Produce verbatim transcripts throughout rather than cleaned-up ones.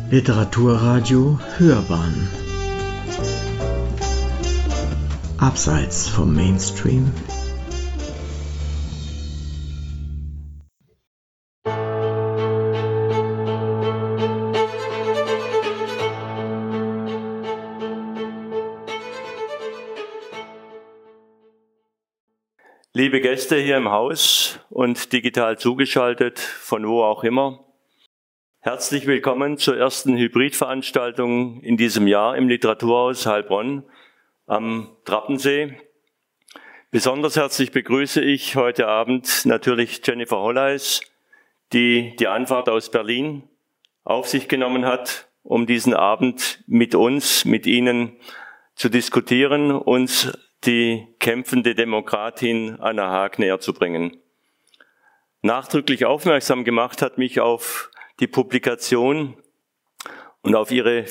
Literaturradio Hörbahn Abseits vom Mainstream. Liebe Gäste hier im Haus und digital zugeschaltet, von wo auch immer, herzlich willkommen zur ersten Hybridveranstaltung in diesem Jahr im Literaturhaus Heilbronn am Trappensee. Besonders herzlich begrüße ich heute Abend natürlich Jennifer Holleis, die die Anfahrt aus Berlin auf sich genommen hat, um diesen Abend mit uns, mit Ihnen zu diskutieren, uns die kämpfende Demokratin Anna Haag näher zu bringen. Nachdrücklich aufmerksam gemacht hat mich auf die Publikation und auf ihre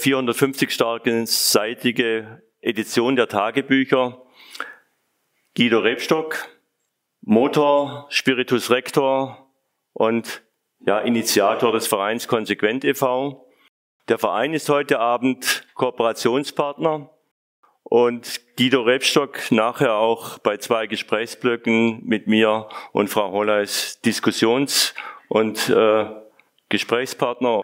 vierhundertfünfzig-seitige Edition der Tagebücher Guido Rebstock, Motor, Spiritus Rector und ja, Initiator des Vereins Konsequent e V Der Verein ist heute Abend Kooperationspartner und Guido Rebstock nachher auch bei zwei Gesprächsblöcken mit mir und Frau Holleis Diskussions- und äh, Gesprächspartner.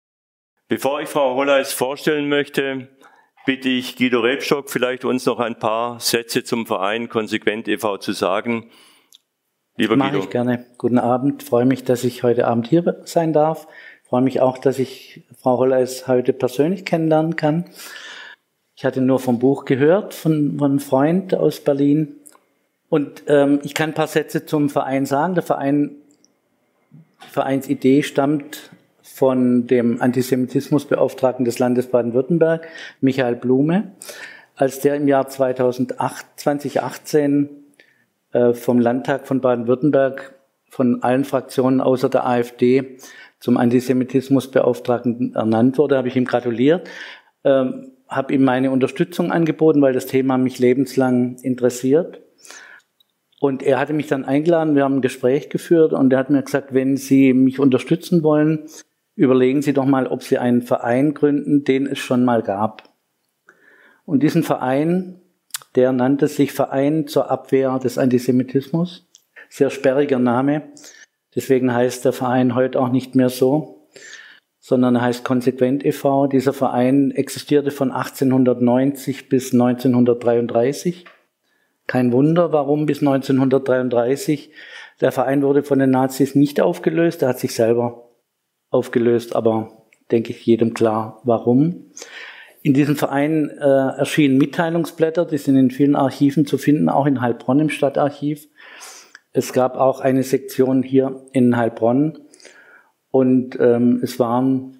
Bevor ich Frau Holleis vorstellen möchte, bitte ich Guido Rebstock vielleicht uns noch ein paar Sätze zum Verein Konsequent e V zu sagen. Lieber Guido. Mache ich gerne. Guten Abend. Ich freue mich, dass ich heute Abend hier sein darf. Ich freue mich auch, dass ich Frau Holleis heute persönlich kennenlernen kann. Ich hatte nur vom Buch gehört, von, von einem Freund aus Berlin. Und ähm, ich kann ein paar Sätze zum Verein sagen. Der Verein, die Vereinsidee stammt von dem Antisemitismusbeauftragten des Landes Baden-Württemberg, Michael Blume, als der im Jahr zweitausendacht, zweitausendachtzehn äh, vom Landtag von Baden-Württemberg von allen Fraktionen außer der AfD zum Antisemitismusbeauftragten ernannt wurde, habe ich ihm gratuliert. Ähm, habe ihm meine Unterstützung angeboten, weil das Thema mich lebenslang interessiert. Und er hatte mich dann eingeladen, wir haben ein Gespräch geführt und er hat mir gesagt, wenn Sie mich unterstützen wollen, überlegen Sie doch mal, ob Sie einen Verein gründen, den es schon mal gab. Und diesen Verein, der nannte sich Verein zur Abwehr des Antisemitismus. Sehr sperriger Name. Deswegen heißt der Verein heute auch nicht mehr so, sondern er heißt Konsequent e V Dieser Verein existierte von achtzehnhundertneunzig bis neunzehnhundertdreiunddreißig. Kein Wunder, warum bis neunzehnhundertdreiunddreißig. Der Verein wurde von den Nazis nicht aufgelöst, er hat sich selber aufgelöst, aber denke ich jedem klar, warum. In diesem Verein äh, erschienen Mitteilungsblätter, die sind in vielen Archiven zu finden, auch in Heilbronn im Stadtarchiv. Es gab auch eine Sektion hier in Heilbronn. Und ähm, es waren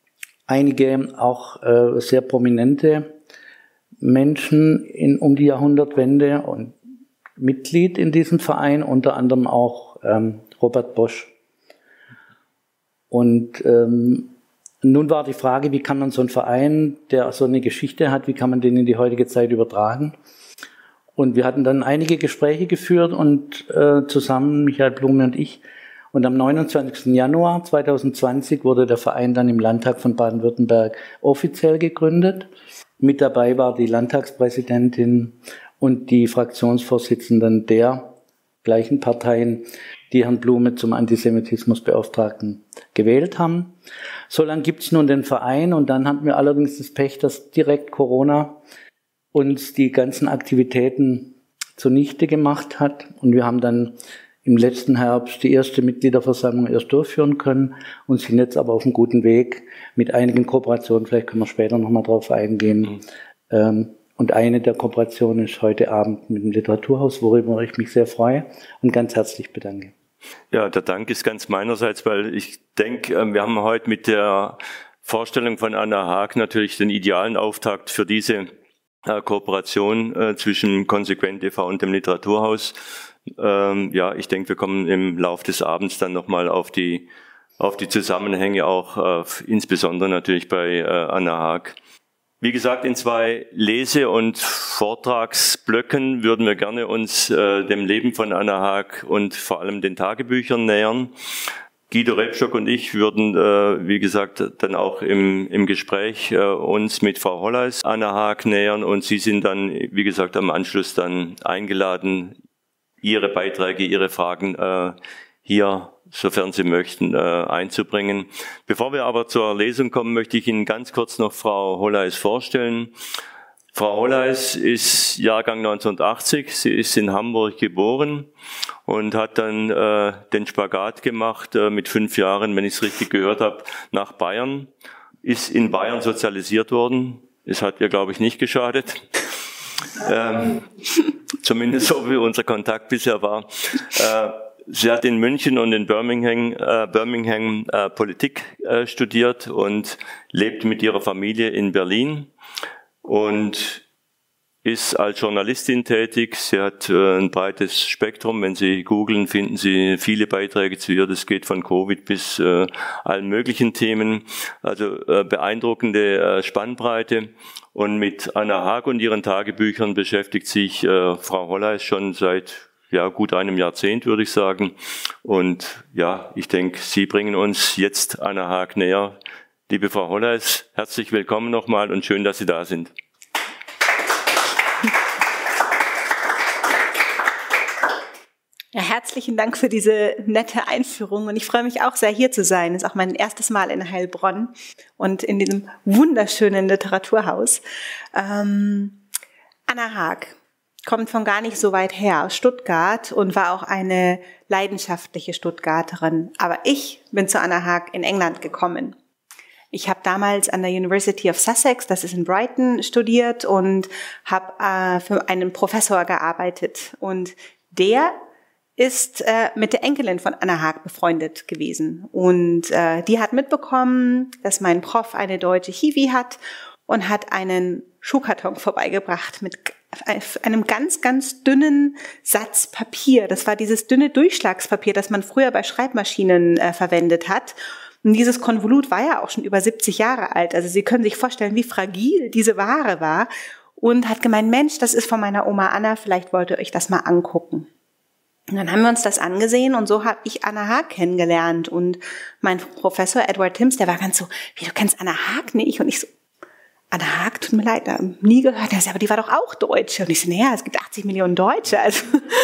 einige auch äh, sehr prominente Menschen in, um die Jahrhundertwende und Mitglied in diesem Verein, unter anderem auch ähm, Robert Bosch. Und ähm, nun war die Frage, wie kann man so einen Verein, der so eine Geschichte hat, wie kann man den in die heutige Zeit übertragen? Und wir hatten dann einige Gespräche geführt und äh, zusammen, Michael Blume und ich, und am neunundzwanzigsten Januar zweitausendzwanzig wurde der Verein dann im Landtag von Baden-Württemberg offiziell gegründet. Mit dabei war die Landtagspräsidentin und die Fraktionsvorsitzenden der gleichen Parteien, die Herrn Blume zum Antisemitismusbeauftragten gewählt haben. So lange gibt es nun den Verein und dann hatten wir allerdings das Pech, dass direkt Corona uns die ganzen Aktivitäten zunichte gemacht hat und wir haben dann im letzten Herbst die erste Mitgliederversammlung erst durchführen können und sind jetzt aber auf einem guten Weg mit einigen Kooperationen, vielleicht können wir später nochmal drauf eingehen. Mhm. Und eine der Kooperationen ist heute Abend mit dem Literaturhaus, worüber ich mich sehr freue und ganz herzlich bedanke. Ja, der Dank ist ganz meinerseits, weil ich denke, wir haben heute mit der Vorstellung von Anna Haag natürlich den idealen Auftakt für diese Kooperation zwischen Konsequent e V und dem Literaturhaus. Ähm, ja, ich denke, wir kommen im Laufe des Abends dann nochmal auf die, auf die Zusammenhänge, auch äh, insbesondere natürlich bei äh, Anna Haag. Wie gesagt, in zwei Lese- und Vortragsblöcken würden wir gerne uns äh, dem Leben von Anna Haag und vor allem den Tagebüchern nähern. Guido Rebstock und ich würden, äh, wie gesagt, dann auch im, im Gespräch äh, uns mit Frau Holleis Anna Haag nähern und Sie sind dann, wie gesagt, am Anschluss dann eingeladen, Ihre Beiträge, Ihre Fragen äh, hier, sofern Sie möchten, äh, einzubringen. Bevor wir aber zur Lesung kommen, möchte ich Ihnen ganz kurz noch Frau Holleis vorstellen. Frau Holleis ist Jahrgang neunzehnhundertachtzig, sie ist in Hamburg geboren und hat dann äh, den Spagat gemacht äh, mit fünf Jahren, wenn ich es richtig gehört habe, nach Bayern, ist in Bayern sozialisiert worden. Es hat ihr, glaube ich, nicht geschadet, ähm, zumindest so wie unser Kontakt bisher war. Äh, sie hat in München und in Birmingham, äh, Birmingham äh, Politik äh, studiert und lebt mit ihrer Familie in Berlin. Und ist als Journalistin tätig. Sie hat äh, ein breites Spektrum. Wenn Sie googeln, finden Sie viele Beiträge zu ihr. Das geht von Covid bis äh, allen möglichen Themen. Also äh, beeindruckende äh, Spannbreite. Und mit Anna Haag und ihren Tagebüchern beschäftigt sich äh, Frau Holleis schon seit ja gut einem Jahrzehnt, würde ich sagen. Und ja, ich denke, Sie bringen uns jetzt Anna Haag näher. Liebe Frau Holleis, herzlich willkommen nochmal und schön, dass Sie da sind. Ja, herzlichen Dank für diese nette Einführung und ich freue mich auch sehr, hier zu sein. Das ist auch mein erstes Mal in Heilbronn und in diesem wunderschönen Literaturhaus. Ähm, Anna Haag kommt von gar nicht so weit her, aus Stuttgart und war auch eine leidenschaftliche Stuttgarterin. Aber ich bin zu Anna Haag in England gekommen. Ich habe damals an der University of Sussex, das ist in Brighton, studiert und habe äh, für einen Professor gearbeitet. Und der ist äh, mit der Enkelin von Anna Haag befreundet gewesen. Und äh, die hat mitbekommen, dass mein Prof eine deutsche Hiwi hat und hat einen Schuhkarton vorbeigebracht mit einem ganz, ganz dünnen Satz Papier. Das war dieses dünne Durchschlagspapier, das man früher bei Schreibmaschinen äh, verwendet hat. Und dieses Konvolut war ja auch schon über siebzig Jahre alt. Also Sie können sich vorstellen, wie fragil diese Ware war. Und hat gemeint, Mensch, das ist von meiner Oma Anna, vielleicht wollt ihr euch das mal angucken. Und dann haben wir uns das angesehen und so habe ich Anna Haag kennengelernt. Und mein Professor Edward Timms, der war ganz so, wie, du kennst Anna Haag nicht? Und ich so, Anna Haag, tut mir leid, da nie gehört. Er sagt, aber die war doch auch Deutsche. Und ich so, naja, es gibt achtzig Millionen Deutsche. Also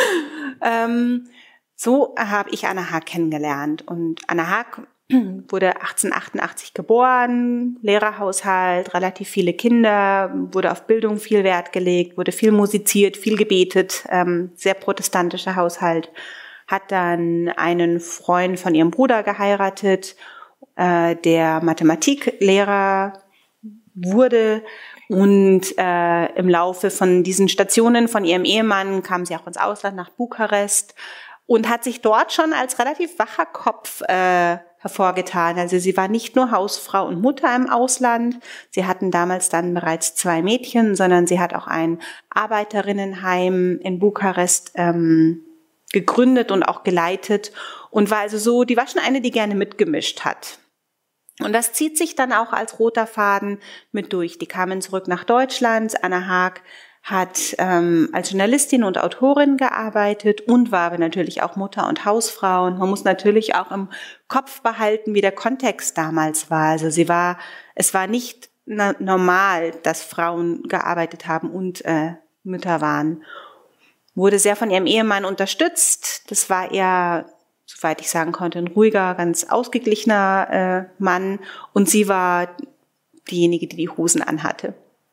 ähm, so habe ich Anna Haag kennengelernt. Und Anna Haag wurde achtzehnhundertachtundachtzig geboren, Lehrerhaushalt, relativ viele Kinder, wurde auf Bildung viel Wert gelegt, wurde viel musiziert, viel gebetet, ähm, sehr protestantischer Haushalt, hat dann einen Freund von ihrem Bruder geheiratet, äh, der Mathematiklehrer wurde und äh, im Laufe von diesen Stationen von ihrem Ehemann kam sie auch ins Ausland nach Bukarest und hat sich dort schon als relativ wacher Kopf äh, hervorgetan. Also sie war nicht nur Hausfrau und Mutter im Ausland, sie hatten damals dann bereits zwei Mädchen, sondern sie hat auch ein Arbeiterinnenheim in Bukarest ähm, gegründet und auch geleitet und war also so, die war schon eine, die gerne mitgemischt hat. Und das zieht sich dann auch als roter Faden mit durch. Die kamen zurück nach Deutschland. Anna Haag hat ähm, als Journalistin und Autorin gearbeitet und war aber natürlich auch Mutter und Hausfrau. Und man muss natürlich auch im Kopf behalten, wie der Kontext damals war. Also sie war, es war nicht na- normal, dass Frauen gearbeitet haben und äh, Mütter waren. Wurde sehr von ihrem Ehemann unterstützt. Das war eher, soweit ich sagen konnte, ein ruhiger, ganz ausgeglichener äh, Mann. Und sie war diejenige, die die Hosen anhatte.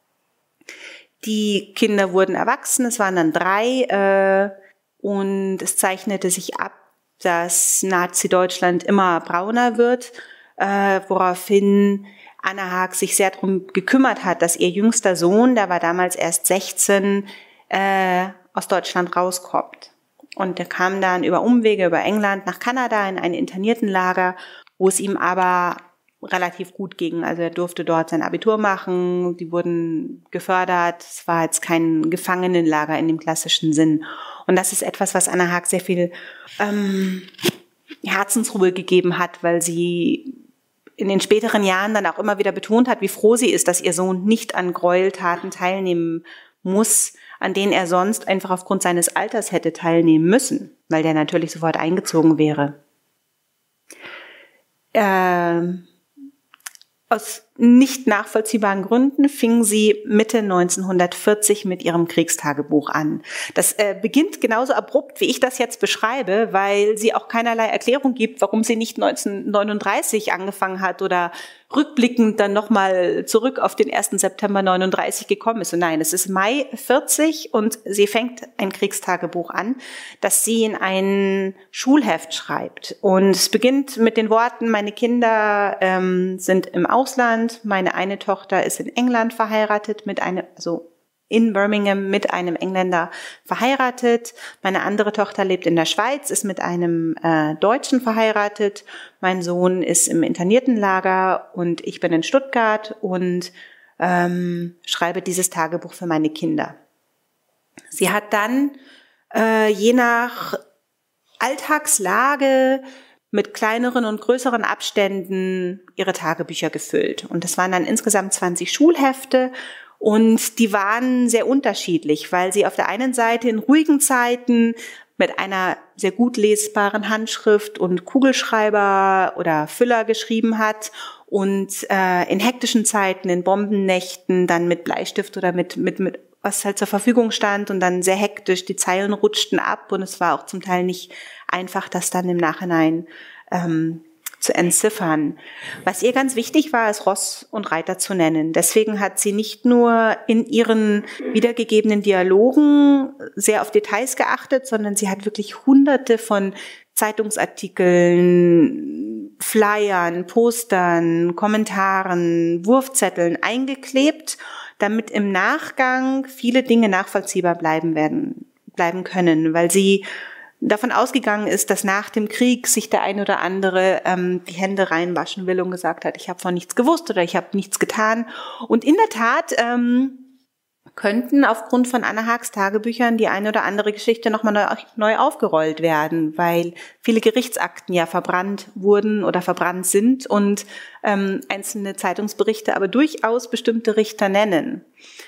Die Kinder wurden erwachsen, es waren dann drei äh, und es zeichnete sich ab, dass Nazi-Deutschland immer brauner wird, äh, woraufhin Anna Haag sich sehr darum gekümmert hat, dass ihr jüngster Sohn, der war damals erst sechzehn, äh, aus Deutschland rauskommt. Und der kam dann über Umwege, über England nach Kanada in ein Interniertenlager, wo es ihm aber relativ gut ging. Also er durfte dort sein Abitur machen, die wurden gefördert. Es war jetzt kein Gefangenenlager in dem klassischen Sinn. Und das ist etwas, was Anna Haag sehr viel ähm, Herzensruhe gegeben hat, weil sie in den späteren Jahren dann auch immer wieder betont hat, wie froh sie ist, dass ihr Sohn nicht an Gräueltaten teilnehmen muss, an denen er sonst einfach aufgrund seines Alters hätte teilnehmen müssen, weil der natürlich sofort eingezogen wäre. äh, aus nicht nachvollziehbaren Gründen fing sie Mitte neunzehnhundertvierzig mit ihrem Kriegstagebuch an. Das äh, beginnt genauso abrupt, wie ich das jetzt beschreibe, weil sie auch keinerlei Erklärung gibt, warum sie nicht neunzehnhundertneununddreißig angefangen hat oder rückblickend dann nochmal zurück auf den ersten September neununddreißig gekommen ist. Und nein, es ist Mai vierzig und sie fängt ein Kriegstagebuch an, das sie in ein Schulheft schreibt. Und es beginnt mit den Worten, meine Kinder ähm, sind im Ausland, meine eine Tochter ist in England verheiratet mit einem, also in Birmingham mit einem Engländer verheiratet. Meine andere Tochter lebt in der Schweiz, ist mit einem äh, Deutschen verheiratet. Mein Sohn ist im Interniertenlager und ich bin in Stuttgart und ähm, schreibe dieses Tagebuch für meine Kinder. Sie hat dann äh, je nach Alltagslage mit kleineren und größeren Abständen ihre Tagebücher gefüllt. Und das waren dann insgesamt zwanzig Schulhefte. Und die waren sehr unterschiedlich, weil sie auf der einen Seite in ruhigen Zeiten mit einer sehr gut lesbaren Handschrift und Kugelschreiber oder Füller geschrieben hat und äh, in hektischen Zeiten, in Bombennächten dann mit Bleistift oder mit, mit, mit was halt zur Verfügung stand und dann sehr hektisch, die Zeilen rutschten ab und es war auch zum Teil nicht einfach, das dann im Nachhinein ähm, zu entziffern. Was ihr ganz wichtig war, ist Ross und Reiter zu nennen. Deswegen hat sie nicht nur in ihren wiedergegebenen Dialogen sehr auf Details geachtet, sondern sie hat wirklich hunderte von Zeitungsartikeln, Flyern, Postern, Kommentaren, Wurfzetteln eingeklebt, damit im Nachgang viele Dinge nachvollziehbar bleiben werden, bleiben können, weil sie davon ausgegangen ist, dass nach dem Krieg sich der ein oder andere ähm, die Hände reinwaschen will und gesagt hat, ich habe von nichts gewusst oder ich habe nichts getan. Und in der Tat ähm, könnten aufgrund von Anna Haags Tagebüchern die eine oder andere Geschichte nochmal neu, neu aufgerollt werden, weil viele Gerichtsakten ja verbrannt wurden oder verbrannt sind und ähm, einzelne Zeitungsberichte aber durchaus bestimmte Richter nennen.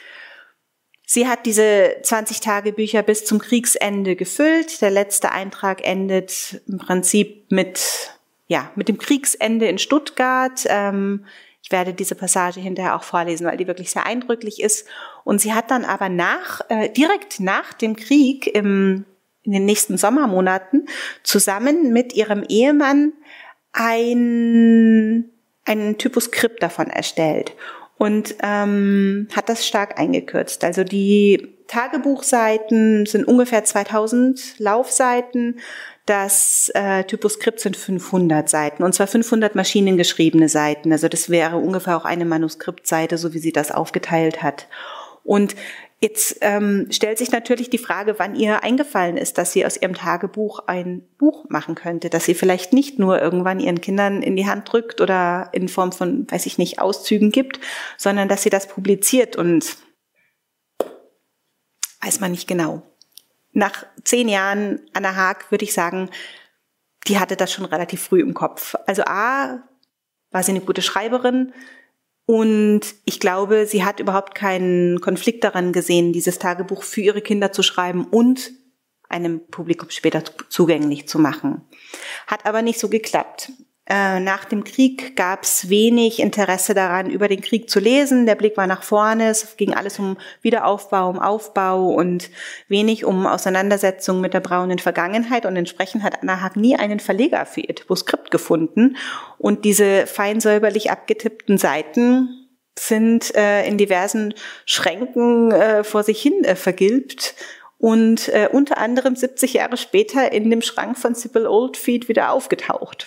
Sie hat diese zwanzig Tagebücher bis zum Kriegsende gefüllt. Der letzte Eintrag endet im Prinzip mit, ja, mit dem Kriegsende in Stuttgart. Ähm, ich werde diese Passage hinterher auch vorlesen, weil die wirklich sehr eindrücklich ist. Und sie hat dann aber nach, äh, direkt nach dem Krieg im, in den nächsten Sommermonaten zusammen mit ihrem Ehemann ein, einen Typoskript davon erstellt. Und ähm, hat das stark eingekürzt. Also die Tagebuchseiten sind ungefähr zweitausend Laufseiten. Das äh, Typoskript sind fünfhundert Seiten. Und zwar fünfhundert maschinengeschriebene Seiten. Also das wäre ungefähr auch eine Manuskriptseite, so wie sie das aufgeteilt hat. Und jetzt ähm, stellt sich natürlich die Frage, wann ihr eingefallen ist, dass sie aus ihrem Tagebuch ein Buch machen könnte, dass sie vielleicht nicht nur irgendwann ihren Kindern in die Hand drückt oder in Form von, weiß ich nicht, Auszügen gibt, sondern dass sie das publiziert und weiß man nicht genau. Nach zehn Jahren Anna Haag würde ich sagen, die hatte das schon relativ früh im Kopf. Also A, war sie eine gute Schreiberin, und ich glaube, sie hat überhaupt keinen Konflikt daran gesehen, dieses Tagebuch für ihre Kinder zu schreiben und einem Publikum später zugänglich zu machen. Hat aber nicht so geklappt. Äh, nach dem Krieg gab es wenig Interesse daran, über den Krieg zu lesen. Der Blick war nach vorne. Es ging alles um Wiederaufbau, um Aufbau und wenig um Auseinandersetzung mit der braunen Vergangenheit. Und entsprechend hat Anna Haag nie einen Verleger für ihr Typoskript gefunden. Und diese fein säuberlich abgetippten Seiten sind äh, in diversen Schränken äh, vor sich hin äh, vergilbt. Und äh, unter anderem siebzig Jahre später in dem Schrank von Sybil Oldfield wieder aufgetaucht.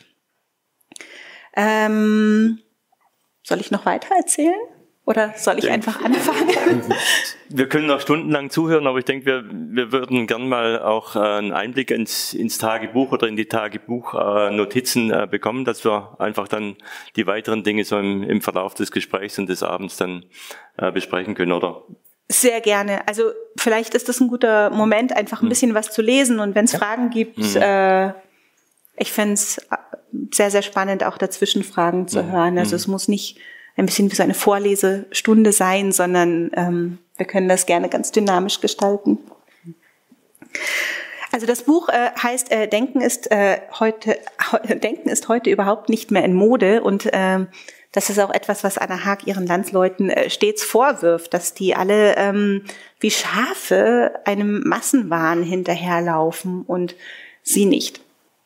Ähm, soll ich noch weiter erzählen? Oder soll ich ja. einfach anfangen? Wir können noch stundenlang zuhören, aber ich denke, wir, wir würden gern mal auch einen Einblick ins, ins Tagebuch oder in die Tagebuchnotizen äh, bekommen, dass wir einfach dann die weiteren Dinge so im, im Verlauf des Gesprächs und des Abends dann äh, besprechen können, oder? Sehr gerne. Also vielleicht ist das ein guter Moment, einfach ein bisschen was zu lesen, und wenn es ja. Fragen gibt, mhm. äh, ich fände es sehr, sehr spannend, auch dazwischen Fragen zu hören. Also es muss nicht ein bisschen wie so eine Vorlesestunde sein, sondern ähm, wir können das gerne ganz dynamisch gestalten. Also das Buch äh, heißt äh, Denken ist äh, heute he, Denken ist heute überhaupt nicht mehr in Mode, und äh, das ist auch etwas, was Anna Haag ihren Landsleuten äh, stets vorwirft, dass die alle ähm, wie Schafe einem Massenwahn hinterherlaufen und sie nicht.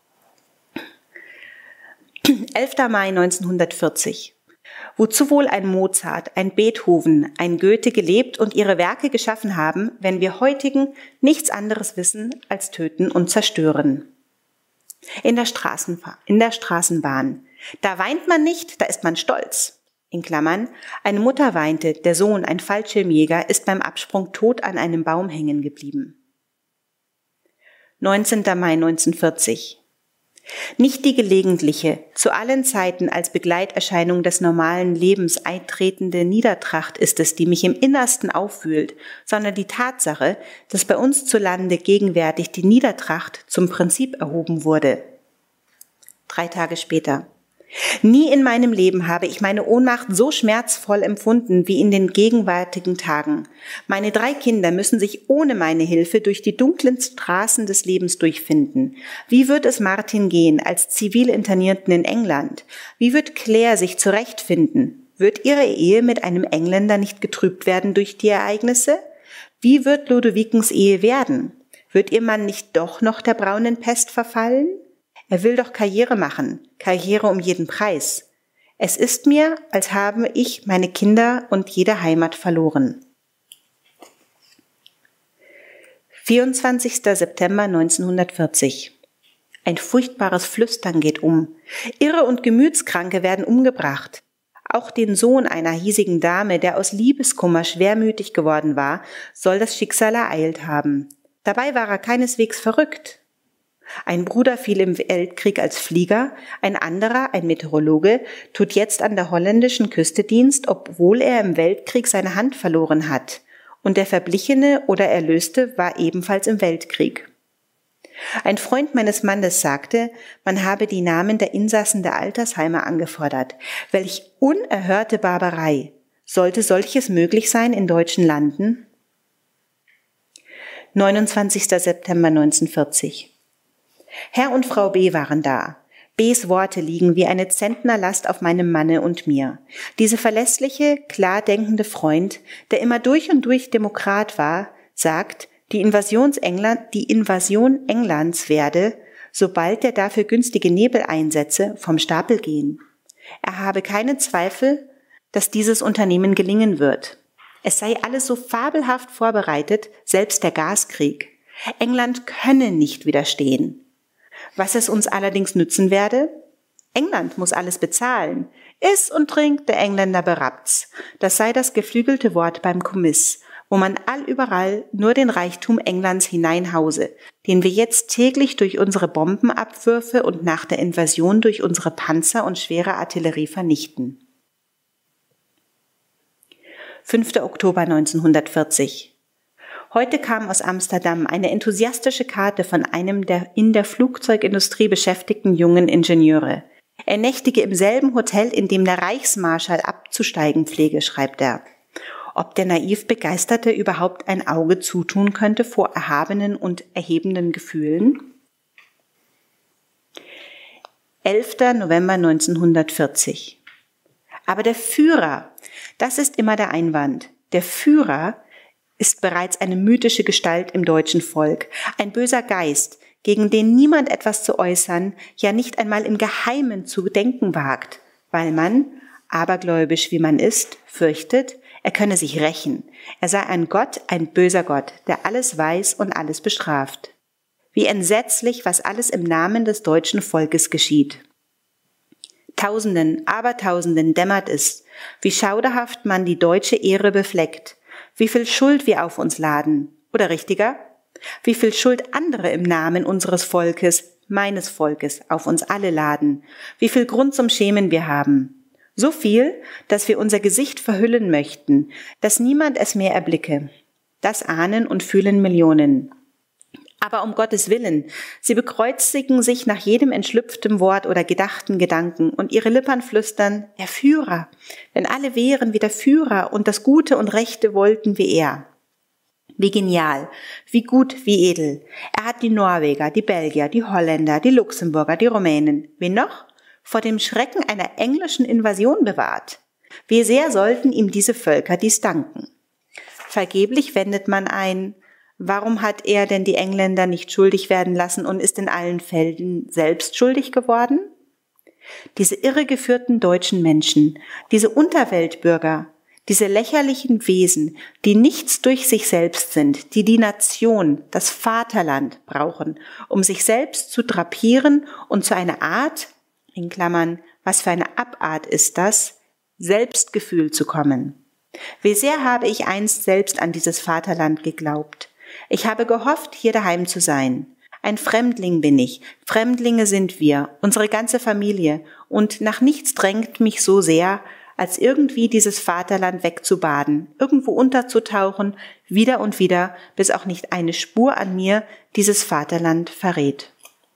elfter Mai neunzehnhundertvierzig. Wozu wohl ein Mozart, ein Beethoven, ein Goethe gelebt und ihre Werke geschaffen haben, wenn wir heutigen nichts anderes wissen als töten und zerstören? In der, Straßenbahn, in der Straßenbahn. Da weint man nicht, da ist man stolz. In Klammern, eine Mutter weinte, der Sohn, ein Fallschirmjäger, ist beim Absprung tot an einem Baum hängen geblieben. neunzehnter Mai neunzehnhundertvierzig. Nicht die gelegentliche, zu allen Zeiten als Begleiterscheinung des normalen Lebens eintretende Niedertracht ist es, die mich im Innersten aufwühlt, sondern die Tatsache, dass bei uns zu Lande gegenwärtig die Niedertracht zum Prinzip erhoben wurde. Drei Tage später. Nie in meinem Leben habe ich meine Ohnmacht so schmerzvoll empfunden wie in den gegenwärtigen Tagen. Meine drei Kinder müssen sich ohne meine Hilfe durch die dunklen Straßen des Lebens durchfinden. Wie wird es Martin gehen als Zivilinternierten in England? Wie wird Claire sich zurechtfinden? Wird ihre Ehe mit einem Engländer nicht getrübt werden durch die Ereignisse? Wie wird Ludowikens Ehe werden? Wird ihr Mann nicht doch noch der braunen Pest verfallen? Er will doch Karriere machen, Karriere um jeden Preis. Es ist mir, als habe ich meine Kinder und jede Heimat verloren. vierundzwanzigster September neunzehnhundertvierzig. Ein furchtbares Flüstern geht um. Irre und Gemütskranke werden umgebracht. Auch den Sohn einer hiesigen Dame, der aus Liebeskummer schwermütig geworden war, soll das Schicksal ereilt haben. Dabei war er keineswegs verrückt. Ein Bruder fiel im Weltkrieg als Flieger, ein anderer, ein Meteorologe, tut jetzt an der holländischen Küste Dienst, obwohl er im Weltkrieg seine Hand verloren hat. Und der Verblichene oder Erlöste war ebenfalls im Weltkrieg. Ein Freund meines Mannes sagte, man habe die Namen der Insassen der Altersheime angefordert. Welch unerhörte Barbarei! Sollte solches möglich sein in deutschen Landen? neunundzwanzigster September neunzehnhundertvierzig. Herr und Frau B. waren da. B's Worte liegen wie eine Zentnerlast auf meinem Manne und mir. Diese verlässliche, klar denkende Freund, der immer durch und durch Demokrat war, sagt, die Invasion England, die Invasion Englands werde, sobald der dafür günstige Nebel einsetze, vom Stapel gehen. Er habe keine Zweifel, dass dieses Unternehmen gelingen wird. Es sei alles so fabelhaft vorbereitet, selbst der Gaskrieg. England könne nicht widerstehen. Was es uns allerdings nützen werde? England muss alles bezahlen. Iss und trink, der Engländer berappt's. Das sei das geflügelte Wort beim Kommiss, wo man allüberall nur den Reichtum Englands hineinhause, den wir jetzt täglich durch unsere Bombenabwürfe und nach der Invasion durch unsere Panzer und schwere Artillerie vernichten. fünfter Oktober neunzehnhundertvierzig. Heute kam aus Amsterdam eine enthusiastische Karte von einem der in der Flugzeugindustrie beschäftigten jungen Ingenieure. Er nächtige im selben Hotel, in dem der Reichsmarschall abzusteigen pflege, schreibt er. Ob der naiv Begeisterte überhaupt ein Auge zutun könnte vor erhabenen und erhebenden Gefühlen? elfter November neunzehnhundertvierzig. Aber der Führer, das ist immer der Einwand. Der Führer ist bereits eine mythische Gestalt im deutschen Volk, ein böser Geist, gegen den niemand etwas zu äußern, ja nicht einmal im Geheimen zu denken wagt, weil man, abergläubisch wie man ist, fürchtet, er könne sich rächen. Er sei ein Gott, ein böser Gott, der alles weiß und alles bestraft. Wie entsetzlich, was alles im Namen des deutschen Volkes geschieht. Tausenden, Abertausenden dämmert es, wie schauderhaft man die deutsche Ehre befleckt, wie viel Schuld wir auf uns laden, oder richtiger, wie viel Schuld andere im Namen unseres Volkes, meines Volkes, auf uns alle laden, wie viel Grund zum Schämen wir haben. So viel, dass wir unser Gesicht verhüllen möchten, dass niemand es mehr erblicke. Das ahnen und fühlen Millionen. Aber um Gottes Willen, sie bekreuzigen sich nach jedem entschlüpftem Wort oder gedachten Gedanken und ihre Lippern flüstern, der Führer, denn alle wären wie der Führer und das Gute und Rechte wollten wie er. Wie genial, wie gut, wie edel. Er hat die Norweger, die Belgier, die Holländer, die Luxemburger, die Rumänen, wen noch? Vor dem Schrecken einer englischen Invasion bewahrt. Wie sehr sollten ihm diese Völker dies danken? Vergeblich wendet man ein, warum hat er denn die Engländer nicht schuldig werden lassen und ist in allen Fällen selbst schuldig geworden? Diese irregeführten deutschen Menschen, diese Unterweltbürger, diese lächerlichen Wesen, die nichts durch sich selbst sind, die die Nation, das Vaterland brauchen, um sich selbst zu drapieren und zu einer Art, in Klammern, was für eine Abart ist das, Selbstgefühl zu kommen. Wie sehr habe ich einst selbst an dieses Vaterland geglaubt. Ich habe gehofft, hier daheim zu sein. Ein Fremdling bin ich, Fremdlinge sind wir, unsere ganze Familie, und nach nichts drängt mich so sehr, als irgendwie dieses Vaterland wegzubaden, irgendwo unterzutauchen, wieder und wieder, bis auch nicht eine Spur an mir dieses Vaterland verrät.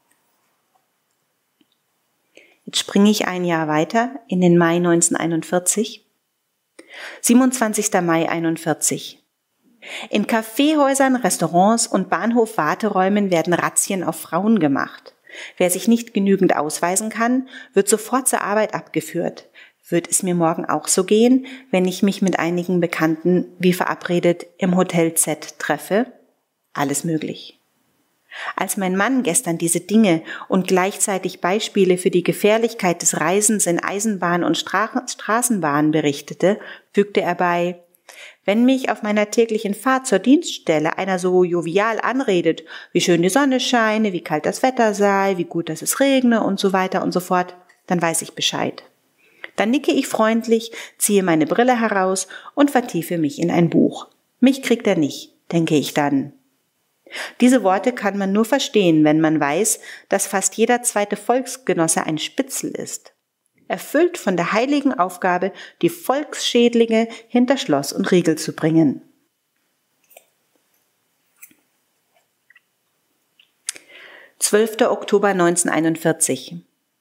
Jetzt springe ich ein Jahr weiter in den Mai neunzehnhunderteinundvierzig. siebenundzwanzigster Mai einundvierzig. In Kaffeehäusern, Restaurants und Bahnhof-Warteräumen werden Razzien auf Frauen gemacht. Wer sich nicht genügend ausweisen kann, wird sofort zur Arbeit abgeführt. Wird es mir morgen auch so gehen, wenn ich mich mit einigen Bekannten wie verabredet im Hotel Z treffe? Alles möglich. Als mein Mann gestern diese Dinge und gleichzeitig Beispiele für die Gefährlichkeit des Reisens in Eisenbahn und Stra- Straßenbahn berichtete, fügte er bei: Wenn mich auf meiner täglichen Fahrt zur Dienststelle einer so jovial anredet, wie schön die Sonne scheine, wie kalt das Wetter sei, wie gut, dass es regne und so weiter und so fort, dann weiß ich Bescheid. Dann nicke ich freundlich, ziehe meine Brille heraus und vertiefe mich in ein Buch. Mich kriegt er nicht, denke ich dann. Diese Worte kann man nur verstehen, wenn man weiß, dass fast jeder zweite Volksgenosse ein Spitzel ist. Erfüllt von der heiligen Aufgabe, die Volksschädlinge hinter Schloss und Riegel zu bringen. zwölfter Oktober neunzehnhunderteinundvierzig.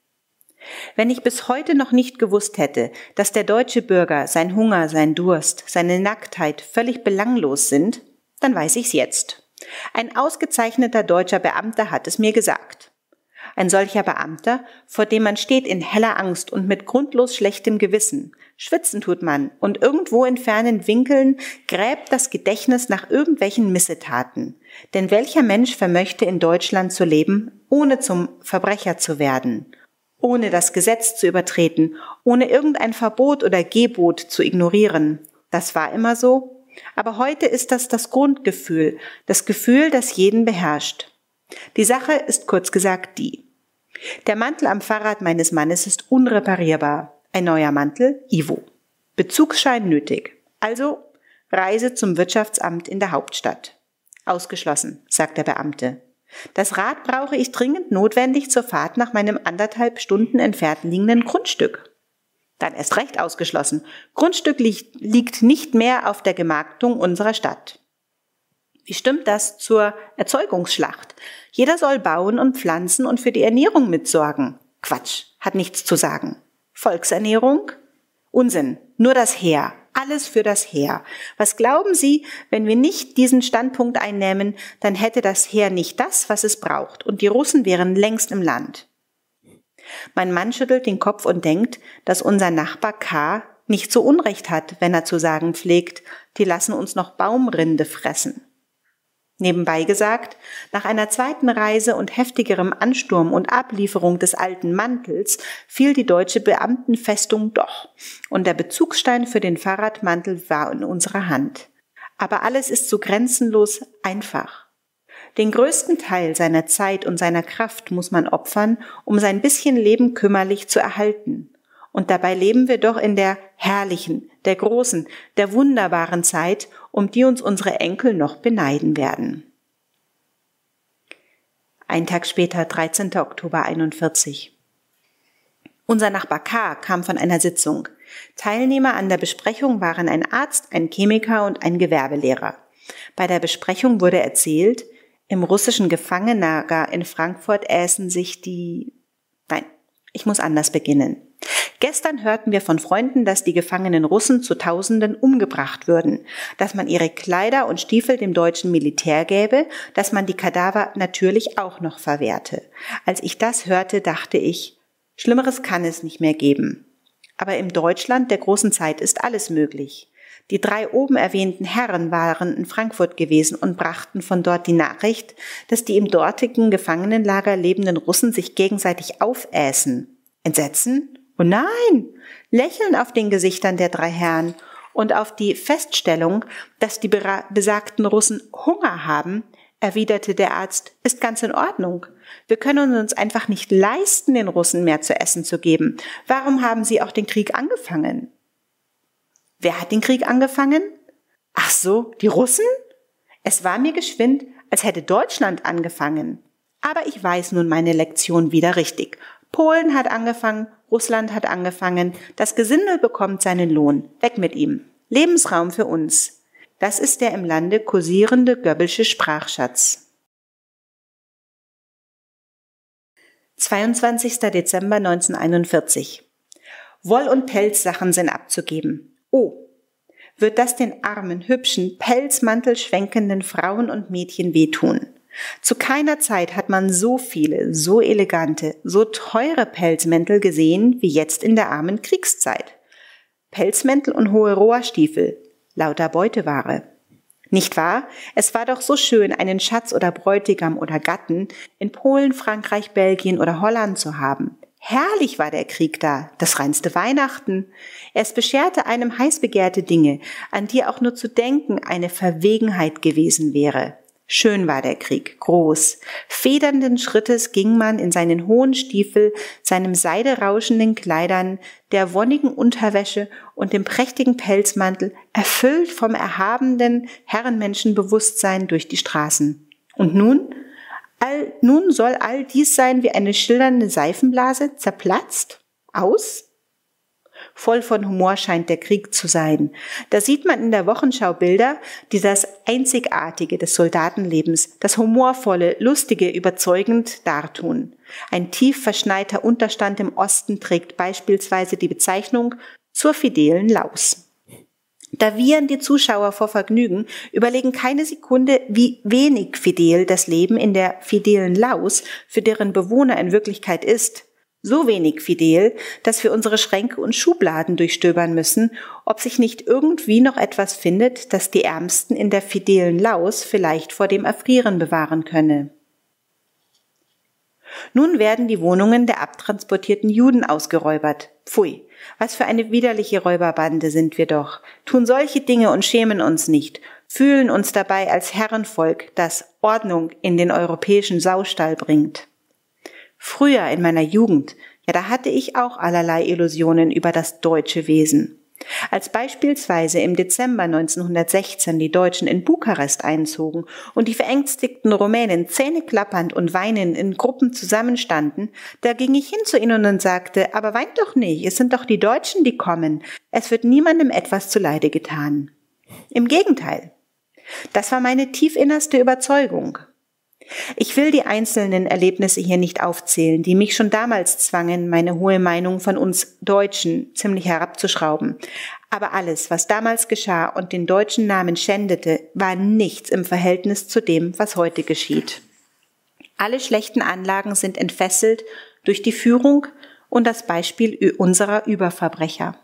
Wenn ich bis heute noch nicht gewusst hätte, dass der deutsche Bürger, sein Hunger, sein Durst, seine Nacktheit völlig belanglos sind, dann weiß ich's jetzt. Ein ausgezeichneter deutscher Beamter hat es mir gesagt. Ein solcher Beamter, vor dem man steht in heller Angst und mit grundlos schlechtem Gewissen. Schwitzen tut man und irgendwo in fernen Winkeln gräbt das Gedächtnis nach irgendwelchen Missetaten. Denn welcher Mensch vermöchte in Deutschland zu leben, ohne zum Verbrecher zu werden? Ohne das Gesetz zu übertreten, ohne irgendein Verbot oder Gebot zu ignorieren. Das war immer so. Aber heute ist das das Grundgefühl, das Gefühl, das jeden beherrscht. Die Sache ist kurz gesagt die: Der Mantel am Fahrrad meines Mannes ist unreparierbar. Ein neuer Mantel, Ivo. Bezugsschein nötig. Also Reise zum Wirtschaftsamt in der Hauptstadt. Ausgeschlossen, sagt der Beamte. Das Rad brauche ich dringend notwendig zur Fahrt nach meinem anderthalb Stunden entfernt liegenden Grundstück. Dann erst recht ausgeschlossen. Grundstück liegt, liegt nicht mehr auf der Gemarktung unserer Stadt. Wie stimmt das zur Erzeugungsschlacht? Jeder soll bauen und pflanzen und für die Ernährung mitsorgen. Quatsch, hat nichts zu sagen. Volksernährung? Unsinn, nur das Heer. Alles für das Heer. Was glauben Sie, wenn wir nicht diesen Standpunkt einnehmen, dann hätte das Heer nicht das, was es braucht, und die Russen wären längst im Land. Mein Mann schüttelt den Kopf und denkt, dass unser Nachbar K. nicht so Unrecht hat, wenn er zu sagen pflegt, die lassen uns noch Baumrinde fressen. Nebenbei gesagt, nach einer zweiten Reise und heftigerem Ansturm und Ablieferung des alten Mantels fiel die deutsche Beamtenfestung doch, und der Bezugsstein für den Fahrradmantel war in unserer Hand. Aber alles ist so grenzenlos einfach. Den größten Teil seiner Zeit und seiner Kraft muss man opfern, um sein bisschen Leben kümmerlich zu erhalten. Und dabei leben wir doch in der herrlichen, der großen, der wunderbaren Zeit, um die uns unsere Enkel noch beneiden werden. Ein Tag später, dreizehnter Oktober einundvierzig. Unser Nachbar K. kam von einer Sitzung. Teilnehmer an der Besprechung waren ein Arzt, ein Chemiker und ein Gewerbelehrer. Bei der Besprechung wurde erzählt, im russischen Gefangenenlager in Frankfurt äßen sich die... Nein, ich muss anders beginnen. Gestern hörten wir von Freunden, dass die gefangenen Russen zu Tausenden umgebracht würden, dass man ihre Kleider und Stiefel dem deutschen Militär gäbe, dass man die Kadaver natürlich auch noch verwehrte. Als ich das hörte, dachte ich, Schlimmeres kann es nicht mehr geben. Aber im Deutschland der großen Zeit ist alles möglich. Die drei oben erwähnten Herren waren in Frankfurt gewesen und brachten von dort die Nachricht, dass die im dortigen Gefangenenlager lebenden Russen sich gegenseitig aufäßen. Entsetzen? Oh nein! Lächeln auf den Gesichtern der drei Herren und auf die Feststellung, dass die besagten Russen Hunger haben, erwiderte der Arzt, ist ganz in Ordnung. Wir können uns einfach nicht leisten, den Russen mehr zu essen zu geben. Warum haben sie auch den Krieg angefangen? Wer hat den Krieg angefangen? Ach so, die Russen? Es war mir geschwind, als hätte Deutschland angefangen. Aber ich weiß nun meine Lektion wieder richtig. Polen hat angefangen, Russland hat angefangen, das Gesindel bekommt seinen Lohn. Weg mit ihm. Lebensraum für uns. Das ist der im Lande kursierende Goebbelsche Sprachschatz. zweiundzwanzigster Dezember neunzehnhunderteinundvierzig. Woll- und Pelzsachen sind abzugeben. Oh, wird das den armen, hübschen, pelzmantelschwenkenden Frauen und Mädchen wehtun. Zu keiner Zeit hat man so viele, so elegante, so teure Pelzmäntel gesehen wie jetzt in der armen Kriegszeit. Pelzmäntel und hohe Rohrstiefel, lauter Beuteware. Nicht wahr? Es war doch so schön, einen Schatz oder Bräutigam oder Gatten in Polen, Frankreich, Belgien oder Holland zu haben. Herrlich war der Krieg da, das reinste Weihnachten. Es bescherte einem heißbegehrte Dinge, an die auch nur zu denken eine Verwegenheit gewesen wäre. Schön war der Krieg, groß. Federnden Schrittes ging man in seinen hohen Stiefel, seinem seiderauschenden Kleidern, der wonnigen Unterwäsche und dem prächtigen Pelzmantel, erfüllt vom erhabenen Herrenmenschenbewusstsein durch die Straßen. Und nun? All, nun soll all dies sein wie eine schillernde Seifenblase, zerplatzt? Aus? Voll von Humor scheint der Krieg zu sein. Da sieht man in der Wochenschau Bilder, die das Einzigartige des Soldatenlebens, das Humorvolle, Lustige überzeugend dartun. Ein tief verschneiter Unterstand im Osten trägt beispielsweise die Bezeichnung zur fidelen Laus. Da wiehern die Zuschauer vor Vergnügen, überlegen keine Sekunde, wie wenig fidel das Leben in der fidelen Laus für deren Bewohner in Wirklichkeit ist. So wenig fidel, dass wir unsere Schränke und Schubladen durchstöbern müssen, ob sich nicht irgendwie noch etwas findet, das die Ärmsten in der fidelen Laus vielleicht vor dem Erfrieren bewahren könne. Nun werden die Wohnungen der abtransportierten Juden ausgeräubert. Pfui, was für eine widerliche Räuberbande sind wir doch, tun solche Dinge und schämen uns nicht, fühlen uns dabei als Herrenvolk, das Ordnung in den europäischen Saustall bringt. Früher in meiner Jugend, ja, da hatte ich auch allerlei Illusionen über das deutsche Wesen. Als beispielsweise im Dezember neunzehnhundertsechzehn die Deutschen in Bukarest einzogen und die verängstigten Rumänen zähneklappernd und weinend in Gruppen zusammenstanden, da ging ich hin zu ihnen und sagte, aber weint doch nicht, es sind doch die Deutschen, die kommen. Es wird niemandem etwas zuleide getan. Im Gegenteil. Das war meine tiefinnerste Überzeugung. Ich will die einzelnen Erlebnisse hier nicht aufzählen, die mich schon damals zwangen, meine hohe Meinung von uns Deutschen ziemlich herabzuschrauben. Aber alles, was damals geschah und den deutschen Namen schändete, war nichts im Verhältnis zu dem, was heute geschieht. Alle schlechten Anlagen sind entfesselt durch die Führung und das Beispiel unserer Überverbrecher.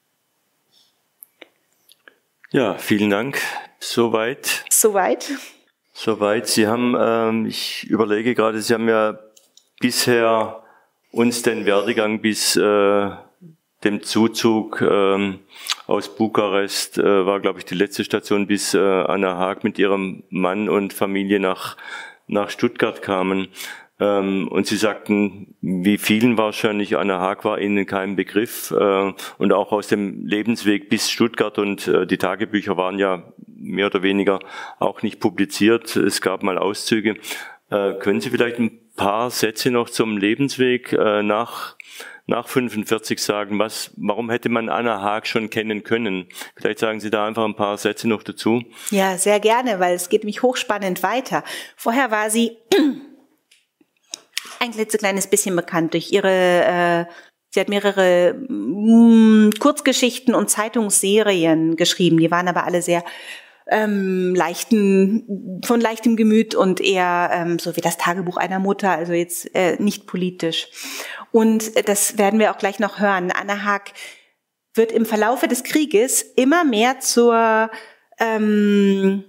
Ja, vielen Dank. Soweit. Soweit. Soweit. Sie haben, ähm, ich überlege gerade, Sie haben ja bisher uns den Werdegang bis äh, dem Zuzug ähm, aus Bukarest, äh, war glaube ich die letzte Station, bis äh, Anna Haag mit ihrem Mann und Familie nach nach Stuttgart kamen. Ähm, und Sie sagten, wie vielen wahrscheinlich, Anna Haag war Ihnen kein Begriff, äh, und auch aus dem Lebensweg bis Stuttgart, und äh, die Tagebücher waren ja mehr oder weniger auch nicht publiziert. Es gab mal Auszüge. Äh, können Sie vielleicht ein paar Sätze noch zum Lebensweg äh, nach nach fünfundvierzig sagen? Was, warum hätte man Anna Haag schon kennen können? Vielleicht sagen Sie da einfach ein paar Sätze noch dazu. Ja, sehr gerne, weil es geht mich hochspannend weiter. Vorher war sie ein klitzekleines bisschen bekannt durch ihre äh, Sie hat mehrere mh, Kurzgeschichten und Zeitungsserien geschrieben. Die waren aber alle sehr ähm, leichten, von leichtem Gemüt und eher ähm, so wie das Tagebuch einer Mutter, also jetzt äh, nicht politisch. Und das werden wir auch gleich noch hören. Anna Haag wird im Verlaufe des Krieges immer mehr zur ähm,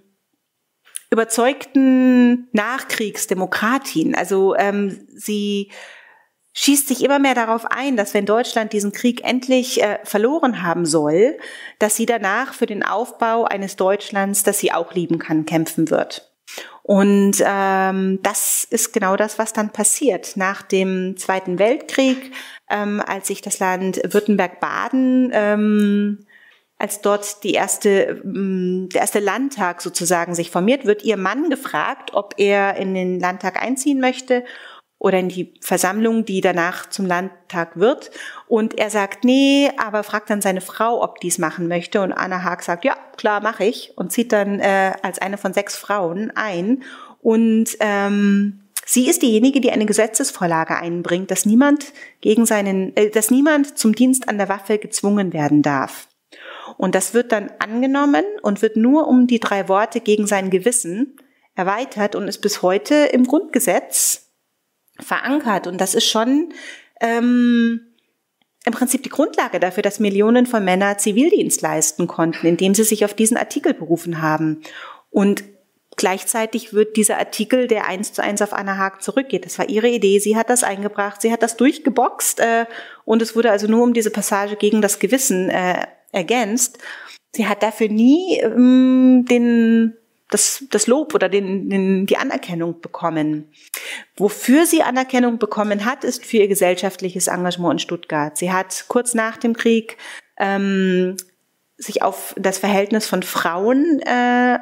überzeugten Nachkriegsdemokratin. Also ähm, sie schießt sich immer mehr darauf ein, dass wenn Deutschland diesen Krieg endlich äh, verloren haben soll, dass sie danach für den Aufbau eines Deutschlands, das sie auch lieben kann, kämpfen wird. Und ähm, das ist genau das, was dann passiert. Nach dem Zweiten Weltkrieg, ähm, als sich das Land Württemberg-Baden, ähm, als dort die erste, ähm, der erste Landtag sozusagen sich formiert, wird ihr Mann gefragt, ob er in den Landtag einziehen möchte oder in die Versammlung, die danach zum Landtag wird. Und er sagt, nee, aber fragt dann seine Frau, ob dies machen möchte. Und Anna Haag sagt, ja, klar, mache ich. Und zieht dann äh, als eine von sechs Frauen ein. Und ähm, sie ist diejenige, die eine Gesetzesvorlage einbringt, dass niemand gegen seinen, äh, dass niemand zum Dienst an der Waffe gezwungen werden darf. Und das wird dann angenommen und wird nur um die drei Worte gegen sein Gewissen erweitert und ist bis heute im Grundgesetz verankert. Und das ist schon ähm, im Prinzip die Grundlage dafür, dass Millionen von Männern Zivildienst leisten konnten, indem sie sich auf diesen Artikel berufen haben. Und gleichzeitig wird dieser Artikel, der eins zu eins auf Anna Haag zurückgeht, das war ihre Idee, sie hat das eingebracht, sie hat das durchgeboxt äh, und es wurde also nur um diese Passage gegen das Gewissen äh, ergänzt. Sie hat dafür nie ähm, den Das, das Lob oder den, den, die Anerkennung bekommen. Wofür sie Anerkennung bekommen hat, ist für ihr gesellschaftliches Engagement in Stuttgart. Sie hat kurz nach dem Krieg ähm, sich auf das Verhältnis von Frauen, äh,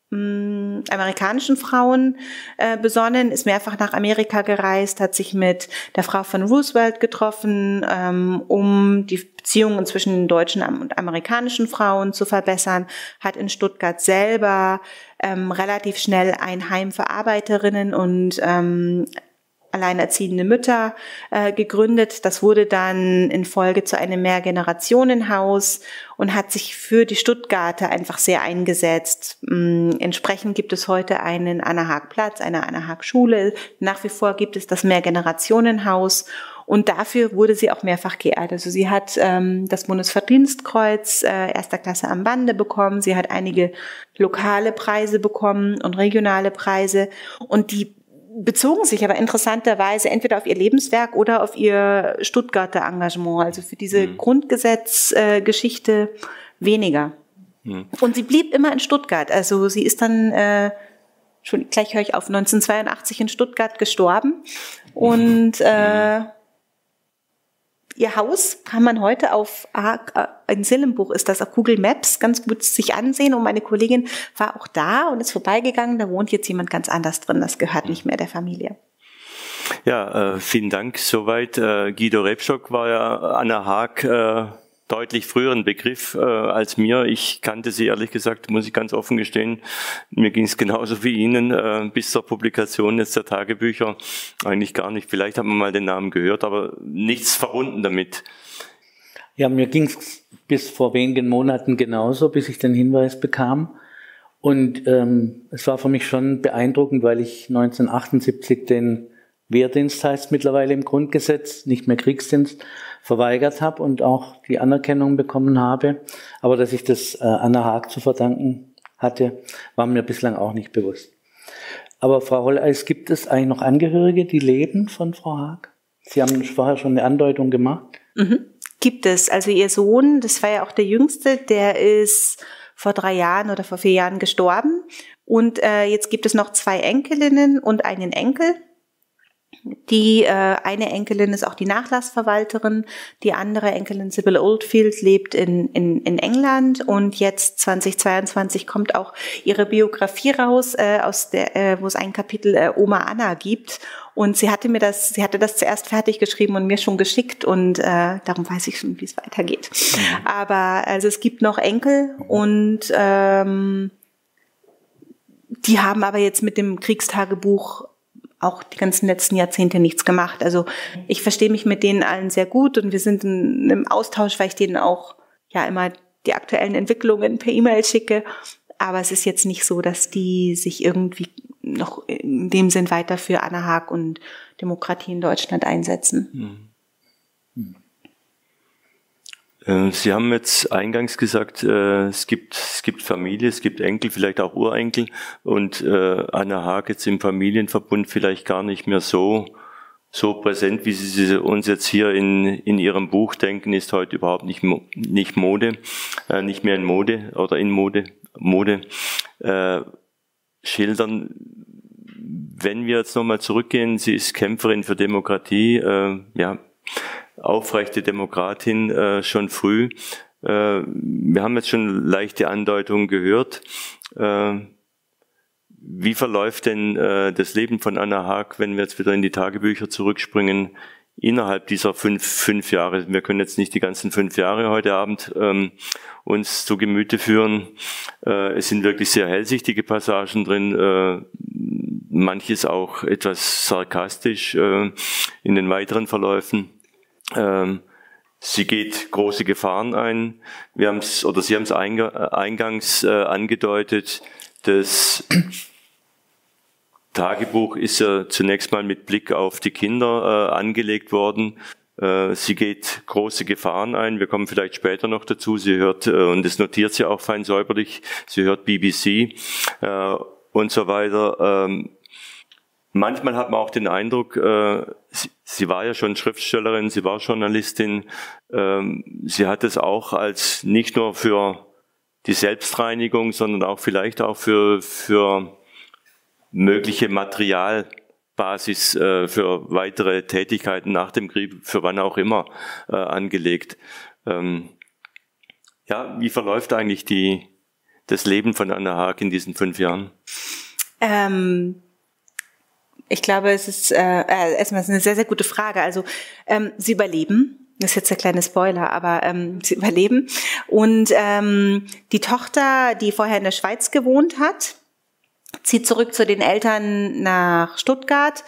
mh, amerikanischen Frauen äh, besonnen, ist mehrfach nach Amerika gereist, hat sich mit der Frau von Roosevelt getroffen, ähm, um die Beziehungen zwischen deutschen und amerikanischen Frauen zu verbessern, hat in Stuttgart selber ähm, relativ schnell ein Heim für Arbeiterinnen und ähm, alleinerziehende Mütter äh, gegründet. Das wurde dann in Folge zu einem Mehrgenerationenhaus und hat sich für die Stuttgarter einfach sehr eingesetzt. Ähm, entsprechend gibt es heute einen Anna Haag Platz, eine Anna Haag Schule. Nach wie vor gibt es das Mehrgenerationenhaus. Und dafür wurde sie auch mehrfach geehrt. Also sie hat ähm, das Bundesverdienstkreuz äh, erster Klasse am Bande bekommen. Sie hat einige lokale Preise bekommen und regionale Preise. Und die bezogen sich aber interessanterweise entweder auf ihr Lebenswerk oder auf ihr Stuttgarter Engagement. Also für diese mhm. Grundgesetzgeschichte äh, weniger. Mhm. Und sie blieb immer in Stuttgart. Also sie ist dann, äh, schon gleich höre ich auf, neunzehnhundertzweiundachtzig in Stuttgart gestorben. Und äh, ihr Haus kann man heute auf, in Sillenbuch ist das, auf Google Maps ganz gut sich ansehen. Und meine Kollegin war auch da und ist vorbeigegangen. Da wohnt jetzt jemand ganz anders drin. Das gehört nicht mehr der Familie. Ja, äh, vielen Dank. Soweit. Äh, Guido Rebstock war ja Anna Haag äh, deutlich früher ein Begriff äh, als mir. Ich kannte sie ehrlich gesagt, muss ich ganz offen gestehen. Mir ging es genauso wie Ihnen äh, bis zur Publikation jetzt der Tagebücher eigentlich gar nicht. Vielleicht hat man mal den Namen gehört, aber nichts verbunden damit. Ja, mir ging es bis vor wenigen Monaten genauso, bis ich den Hinweis bekam. Und ähm, es war für mich schon beeindruckend, weil ich neunzehnhundertachtundsiebzig den Wehrdienst, heißt mittlerweile im Grundgesetz, nicht mehr Kriegsdienst, verweigert habe und auch die Anerkennung bekommen habe. Aber dass ich das äh, Anna Haag zu verdanken hatte, war mir bislang auch nicht bewusst. Aber Frau Holleis, gibt es eigentlich noch Angehörige, die leben von Frau Haag? Sie haben vorher schon eine Andeutung gemacht. Mhm. Gibt es. Also ihr Sohn, das war ja auch der Jüngste, der ist vor drei Jahren oder vor vier Jahren gestorben. Und äh, jetzt gibt es noch zwei Enkelinnen und einen Enkel. Die äh, eine Enkelin ist auch die Nachlassverwalterin, die andere Enkelin, Sybil Oldfield, lebt in, in, in England und jetzt zweitausendzweiundzwanzig kommt auch ihre Biografie raus, äh, aus der, äh, wo es ein Kapitel äh, Oma Anna gibt und sie hatte mir das, sie hatte das zuerst fertig geschrieben und mir schon geschickt und äh, darum weiß ich schon, wie es weitergeht. Mhm. Aber also es gibt noch Enkel und ähm, die haben aber jetzt mit dem Kriegstagebuch auch die ganzen letzten Jahrzehnte nichts gemacht. Also ich verstehe mich mit denen allen sehr gut und wir sind in, im Austausch, weil ich denen auch ja immer die aktuellen Entwicklungen per E-Mail schicke. Aber es ist jetzt nicht so, dass die sich irgendwie noch in dem Sinn weiter für Anna Haag und Demokratie in Deutschland einsetzen. Hm. Sie haben jetzt eingangs gesagt, es gibt, es gibt Familie, es gibt Enkel, vielleicht auch Urenkel und Anna Haag jetzt im Familienverbund vielleicht gar nicht mehr so, so präsent, wie Sie uns jetzt hier in, in Ihrem Buch denken, ist heute überhaupt nicht, nicht Mode, nicht mehr in Mode oder in Mode, Mode, äh, schildern. Wenn wir jetzt nochmal zurückgehen, sie ist Kämpferin für Demokratie, äh, ja, aufrechte Demokratin äh, schon früh. Äh, wir haben jetzt schon leichte Andeutungen gehört. Äh, wie verläuft denn äh, das Leben von Anna Haag, wenn wir jetzt wieder in die Tagebücher zurückspringen, innerhalb dieser fünf, fünf Jahre? Wir können jetzt nicht die ganzen fünf Jahre heute Abend ähm, uns zu Gemüte führen. Äh, es sind wirklich sehr hellsichtige Passagen drin, äh, manches auch etwas sarkastisch äh, in den weiteren Verläufen. Ähm, sie geht große Gefahren ein. Wir haben es, oder Sie haben es eingangs äh, angedeutet, das Tagebuch ist ja zunächst mal mit Blick auf die Kinder äh, angelegt worden. Äh, sie geht große Gefahren ein. Wir kommen vielleicht später noch dazu. Sie hört, äh, und das notiert sie auch fein säuberlich, sie hört B B C äh, und so weiter. Ähm, Manchmal hat man auch den Eindruck, äh, sie, sie war ja schon Schriftstellerin, sie war Journalistin, ähm, sie hat es auch als nicht nur für die Selbstreinigung, sondern auch vielleicht auch für, für mögliche Materialbasis äh, für weitere Tätigkeiten nach dem Krieg, für wann auch immer, äh, angelegt. Ähm, ja, wie verläuft eigentlich die, das Leben von Anna Haag in diesen fünf Jahren? Ähm Ich glaube, es ist äh, erstmal eine sehr, sehr gute Frage. Also ähm, sie überleben, das ist jetzt der kleine Spoiler, aber ähm, sie überleben. Und ähm, die Tochter, die vorher in der Schweiz gewohnt hat, zieht zurück zu den Eltern nach Stuttgart,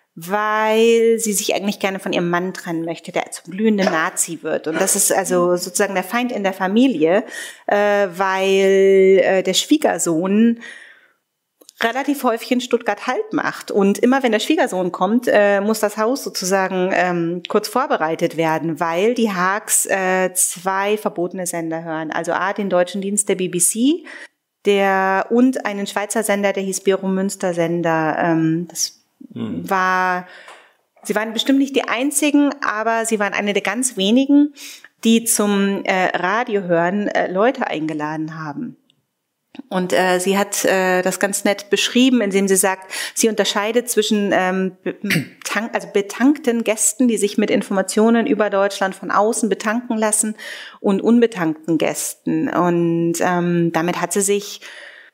weil sie sich eigentlich gerne von ihrem Mann trennen möchte, der zum glühenden Nazi wird. Und das ist also sozusagen der Feind in der Familie, äh, weil äh, der Schwiegersohn relativ häufig in Stuttgart Halt macht. Und immer wenn der Schwiegersohn kommt, äh, muss das Haus sozusagen ähm, kurz vorbereitet werden, weil die Haags äh, zwei verbotene Sender hören. Also A, den deutschen Dienst der B B C, der und einen Schweizer Sender, der hieß Bero Münster Sender. Ähm, das mhm. war, sie waren bestimmt nicht die einzigen, aber sie waren eine der ganz wenigen, die zum äh, Radiohören äh, Leute eingeladen haben. Und äh, sie hat äh, das ganz nett beschrieben, indem sie sagt, sie unterscheidet zwischen ähm, betank, also betankten Gästen, die sich mit Informationen über Deutschland von außen betanken lassen, und unbetankten Gästen. Und ähm, damit hat sie sich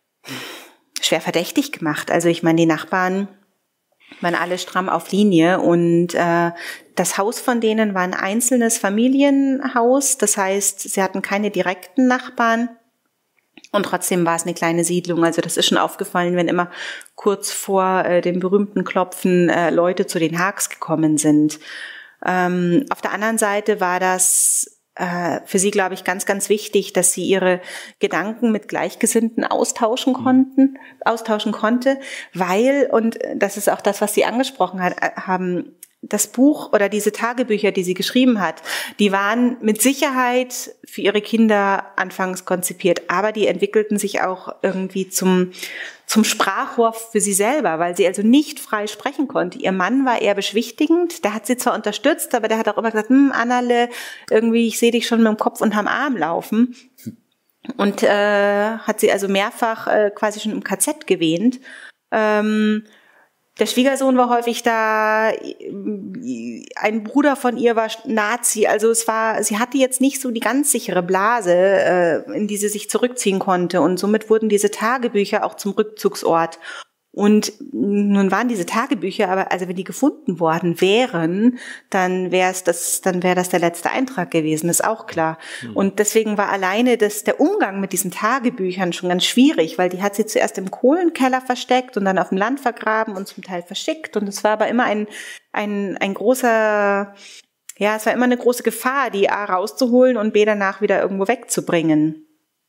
schwer verdächtig gemacht. Also ich meine, die Nachbarn waren alle stramm auf Linie und äh, das Haus von denen war ein einzelnes Familienhaus. Das heißt, sie hatten keine direkten Nachbarn. Und trotzdem war es eine kleine Siedlung. Also das ist schon aufgefallen, wenn immer kurz vor äh, dem berühmten Klopfen äh, Leute zu den Haags gekommen sind. Ähm, auf der anderen Seite war das äh, für sie, glaube ich, ganz, ganz wichtig, dass sie ihre Gedanken mit Gleichgesinnten austauschen konnten, austauschen konnte, weil, und das ist auch das, was Sie angesprochen hat, haben, das Buch oder diese Tagebücher, die sie geschrieben hat, die waren mit Sicherheit für ihre Kinder anfangs konzipiert, aber die entwickelten sich auch irgendwie zum, zum Sprachrohr für sie selber, weil sie also nicht frei sprechen konnte. Ihr Mann war eher beschwichtigend, der hat sie zwar unterstützt, aber der hat auch immer gesagt, hm, Annale, irgendwie, ich sehe dich schon mit dem Kopf unterm Arm laufen. Und äh, hat sie also mehrfach äh, quasi schon im K Z gewähnt. Ähm, Der Schwiegersohn war häufig da, ein Bruder von ihr war Nazi, also es war, sie hatte jetzt nicht so die ganz sichere Blase, in die sie sich zurückziehen konnte, und somit wurden diese Tagebücher auch zum Rückzugsort. Und nun waren diese Tagebücher, aber also wenn die gefunden worden wären, dann wäre es das, dann wäre das der letzte Eintrag gewesen, ist auch klar. Mhm. Und deswegen war alleine das, der Umgang mit diesen Tagebüchern schon ganz schwierig, weil die hat sie zuerst im Kohlenkeller versteckt und dann auf dem Land vergraben und zum Teil verschickt. Und es war aber immer ein, ein, ein großer, ja, es war immer eine große Gefahr, die A rauszuholen und B danach wieder irgendwo wegzubringen.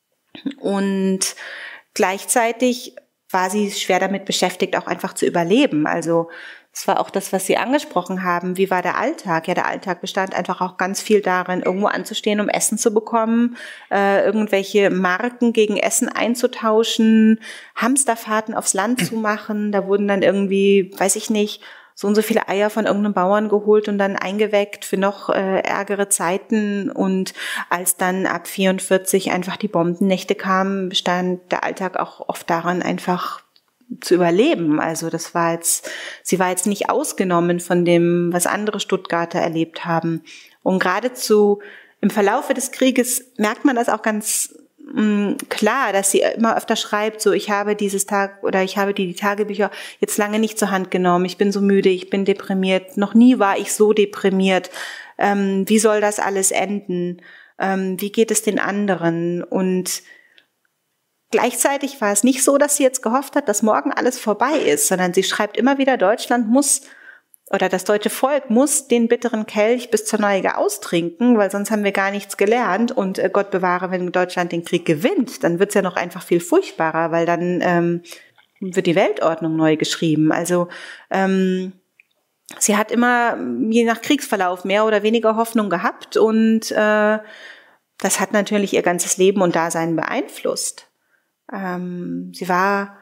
Und gleichzeitig war sie schwer damit beschäftigt, auch einfach zu überleben. Also es war auch das, was Sie angesprochen haben. Wie war der Alltag? Ja, der Alltag bestand einfach auch ganz viel darin, irgendwo anzustehen, um Essen zu bekommen, äh, irgendwelche Marken gegen Essen einzutauschen, Hamsterfahrten aufs Land zu machen. Da wurden dann irgendwie, weiß ich nicht, so und so viele Eier von irgendeinem Bauern geholt und dann eingeweckt für noch äh, ärgere Zeiten. Und als dann ab vierundvierzig einfach die Bombennächte kamen, bestand der Alltag auch oft daran, einfach zu überleben. Also das war jetzt, sie war jetzt nicht ausgenommen von dem, was andere Stuttgarter erlebt haben. Und geradezu im Verlaufe des Krieges merkt man das auch ganz klar, dass sie immer öfter schreibt, so ich habe dieses Tag oder ich habe die, die Tagebücher jetzt lange nicht zur Hand genommen, ich bin so müde, ich bin deprimiert, noch nie war ich so deprimiert, ähm, wie soll das alles enden, ähm, wie geht es den anderen? Und gleichzeitig war es nicht so, dass sie jetzt gehofft hat, dass morgen alles vorbei ist, sondern sie schreibt immer wieder, Deutschland muss oder das deutsche Volk muss den bitteren Kelch bis zur Neige austrinken, weil sonst haben wir gar nichts gelernt. Und äh, Gott bewahre, wenn Deutschland den Krieg gewinnt, dann wird's ja noch einfach viel furchtbarer, weil dann ähm, wird die Weltordnung neu geschrieben. Also ähm, sie hat immer, je nach Kriegsverlauf, mehr oder weniger Hoffnung gehabt. Und äh, das hat natürlich ihr ganzes Leben und Dasein beeinflusst. Ähm, sie war...